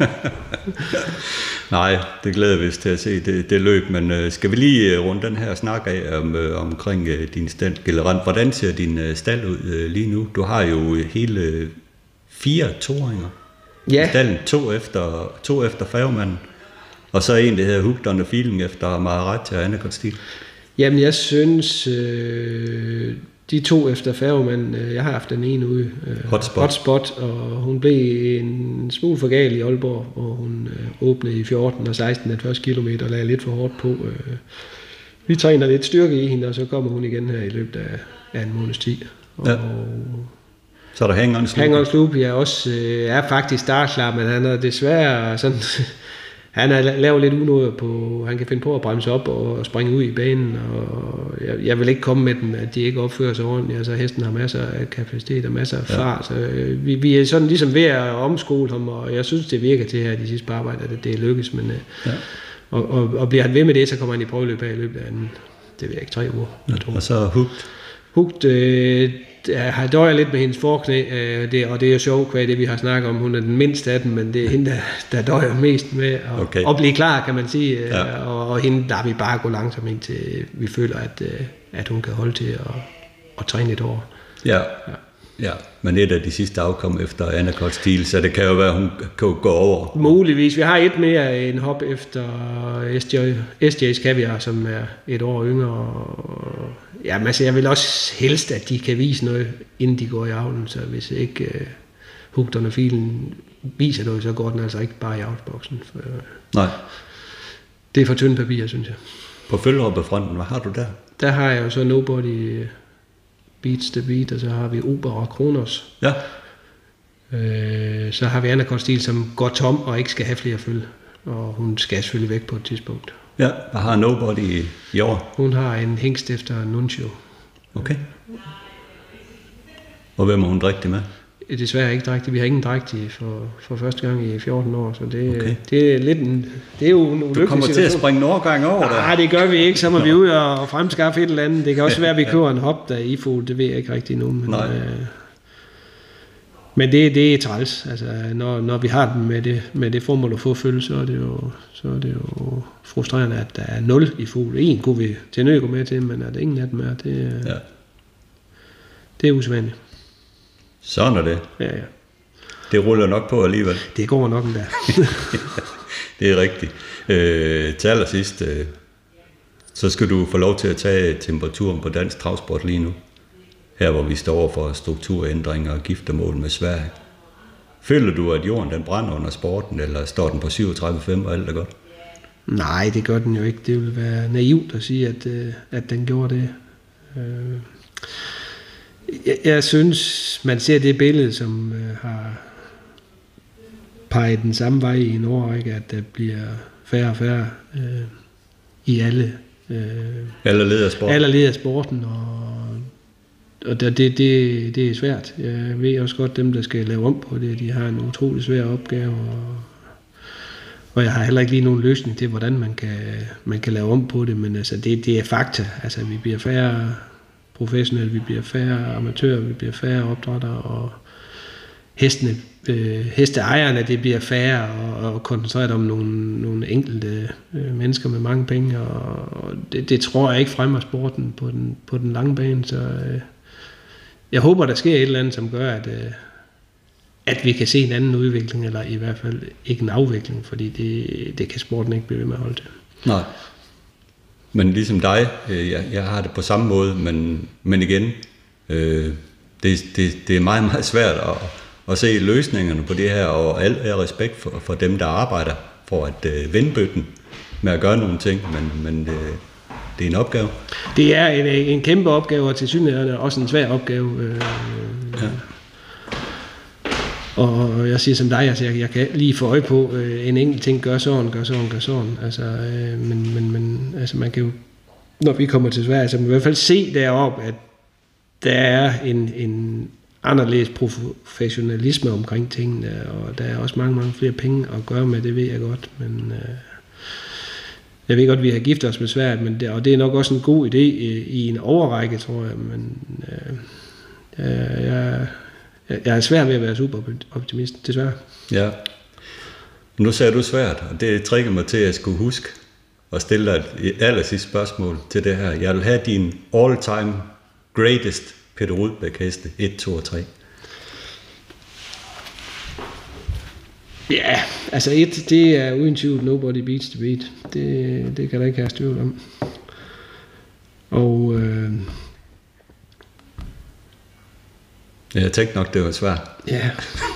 Nej, det glæder vi os til at se, det løb, men skal vi lige runde den her snak af omkring din stand generelt. Hvordan ser din stald ud lige nu? Du har jo hele 4 toeringer i stallen, to efter Færgemanden, og så en, der hedder Hooked on the Feeling efter Maharaja og Anacott Steel. Jamen, jeg synes, de 2 efter Færgemanden, jeg har haft den ene ude, Hotspot, og hun blev en smule for gal i Aalborg, og hun åbnede i 14 og 16 af første kilometer og lagde lidt for hårdt på. Vi træner lidt styrke i hende, og så kommer hun igen her i løbet af en måneds tid. Ja. Så er der Hang on Sloop, jeg også er faktisk startklar, men han er desværre sådan... Han er lavet lidt unåde på, han kan finde på at bremse op og springe ud i banen, og jeg vil ikke komme med dem, at de ikke opfører sig ordentligt. Altså hesten har masser af kapacitet og masser af fart, så vi er sådan ligesom ved at omskole ham, og jeg synes, det virker til her de sidste par arbejder, at det lykkes, men og bliver han ved med det, så kommer han i prøveløb af i løbet af det ved jeg ikke, 3 uger. Og så Hooked, har døjer lidt med hendes forknæ, og det er jo sjovt, hvad det vi har snakket om. Hun er den mindste af dem, men det er hende, der døjer mest med at blive klar, kan man sige. Og hende, der vi bare gå langsomt indtil vi føler, at hun kan holde til at træne et år. Ja, men et af de sidste afkom efter Anacott Steel, så det kan jo være, at hun kan gå over. Muligvis. Vi har et mere en hop efter SJ's Caviar, som er et år yngre. Ja, altså jeg vil også helst, at de kan vise noget, inden de går i avlen, så hvis ikke Hooked on the Feeling viser noget, så går den altså ikke bare i avlsboksen. Nej. Det er for tyndt papir, synes jeg. På følgehoppefronten, hvad har du der? Der har jeg jo så Nobody Beats the Beat, og så har vi Ober og Kronos. Ja. Så har vi Anacott Steel, som går tom og ikke skal have flere følge. Og hun skal selvfølgelig væk på et tidspunkt. Ja, hvad har Nobody i år? Hun har en hængst efter Nuncio. Okay. Og hvem har hun drægtig med? Desværre ikke drægtig. Vi har ingen drægtig for første gang i 14 år, så det er lidt det er jo en ulykkelig situation. Du kommer til at springe en årgang over der? Nej, det gør vi ikke. Så må vi ud og fremskaffe et eller andet. Det kan også være, at vi køber en hop der i fugl. Det ved jeg ikke rigtig nu. Men det er træls. Altså, når vi har dem med det formål at få følge, så er det jo frustrerende, at der er 0 i fugl. En kunne vi til nød gå med til, men at ingen af dem er, det er usædvanligt. Sådan er det. Ja. Det ruller nok på alligevel. Det går nok endda. Det er rigtigt. Til allersidst, så skal du få lov til at tage temperaturen på dansk travsport lige nu. Her hvor vi står over for strukturændringer og giftermål med Sverige. Føler du, at jorden den brænder under sporten, eller står den på 37,5 og alt er godt? Nej, det gør den jo ikke. Det vil være naivt at sige, at den gjorde det. Jeg synes, man ser det billede, som har peget den samme vej i en årrække, at der bliver færre og færre i alle led af sporten, og det er svært. Jeg ved også godt, dem der skal lave om på det, de har en utrolig svær opgave, og jeg har heller ikke lige nogen løsning til, hvordan man kan lave om på det, men altså det er fakta. Altså vi bliver færre professionelle, vi bliver færre amatører, vi bliver færre opdrættere, og hesteejerne, det bliver færre og koncentreret om nogle enkelte mennesker med mange penge, og det tror jeg ikke fremmer sporten på den lange bane, så jeg håber, der sker et eller andet, som gør, at vi kan se en anden udvikling, eller i hvert fald ikke en afvikling, fordi det kan sporten ikke blive ved med at holde til. Nej. Men ligesom dig, jeg har det på samme måde, men igen, det er meget, meget svært at se løsningerne på det her, og al respekt for dem, der arbejder for at vende bøtten med at gøre nogle ting, men det er en opgave. Det er en kæmpe opgave, og tilsyneladende også en svær opgave. Ja. Og jeg siger som dig, altså jeg kan lige få øje på en enkelt ting, gør sådan. Altså, men altså man kan jo, når vi kommer til Sverige, så man i hvert fald se deroppe, at der er en anderledes professionalisme omkring tingene, og der er også mange flere penge at gøre med, det ved jeg godt, men jeg ved godt, at vi har giftet os med Sverige, og det er nok også en god idé i en overrække, tror jeg, men jeg er svær ved at være super optimist, desværre. Ja. Nu sagde du svært, og det trigger mig til, at jeg skulle huske at stille dig et allersidste spørgsmål til det her. Jeg vil have din all-time greatest Peter Rudbæk heste, 1, 2 og 3. Ja, altså 1, det er uden tvivl Nobody Beats the Beat. Det kan der ikke have tvivl om. Og jeg tænkte nok, det var svært. Ja.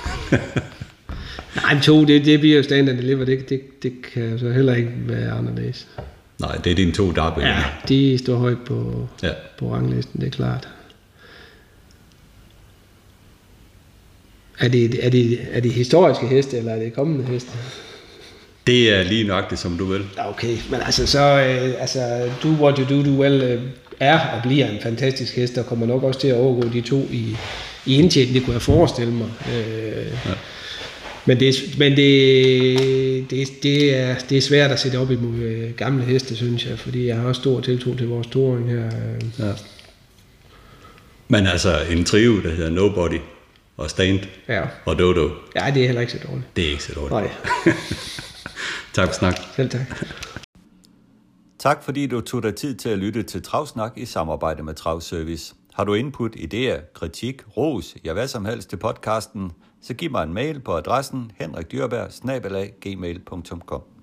Nej, 2, det bliver jo Stand and Deliver. Det kan så heller ikke være anderledes. Nej, det er dine 2 derby. Ja, de står højt på ranglisten, det er klart. Er det historiske heste, eller er det kommende heste? Det er lige nøjagtigt, som du vil. Okay, men altså så, Do What You Do Well er og bliver en fantastisk hest, og kommer nok også til at overgå de 2 i indtjening, det kunne jeg forestille mig. Men det er svært at sætte op imod gamle heste, synes jeg, fordi jeg har også stor tiltro til vores toåring her. Ja. Men altså en trio, der hedder Nobody og Stand og Dodo. Ja, det er heller ikke så dårligt. Det er ikke så dårligt. Nej. Tak for snak. Selv tak. Tak fordi du tog dig tid til at lytte til Travsnak i samarbejde med Travservice. Har du input, idéer, kritik, ros, ja hvad som helst til podcasten, så giv mig en mail på adressen henrikdyrberg@gmail.com.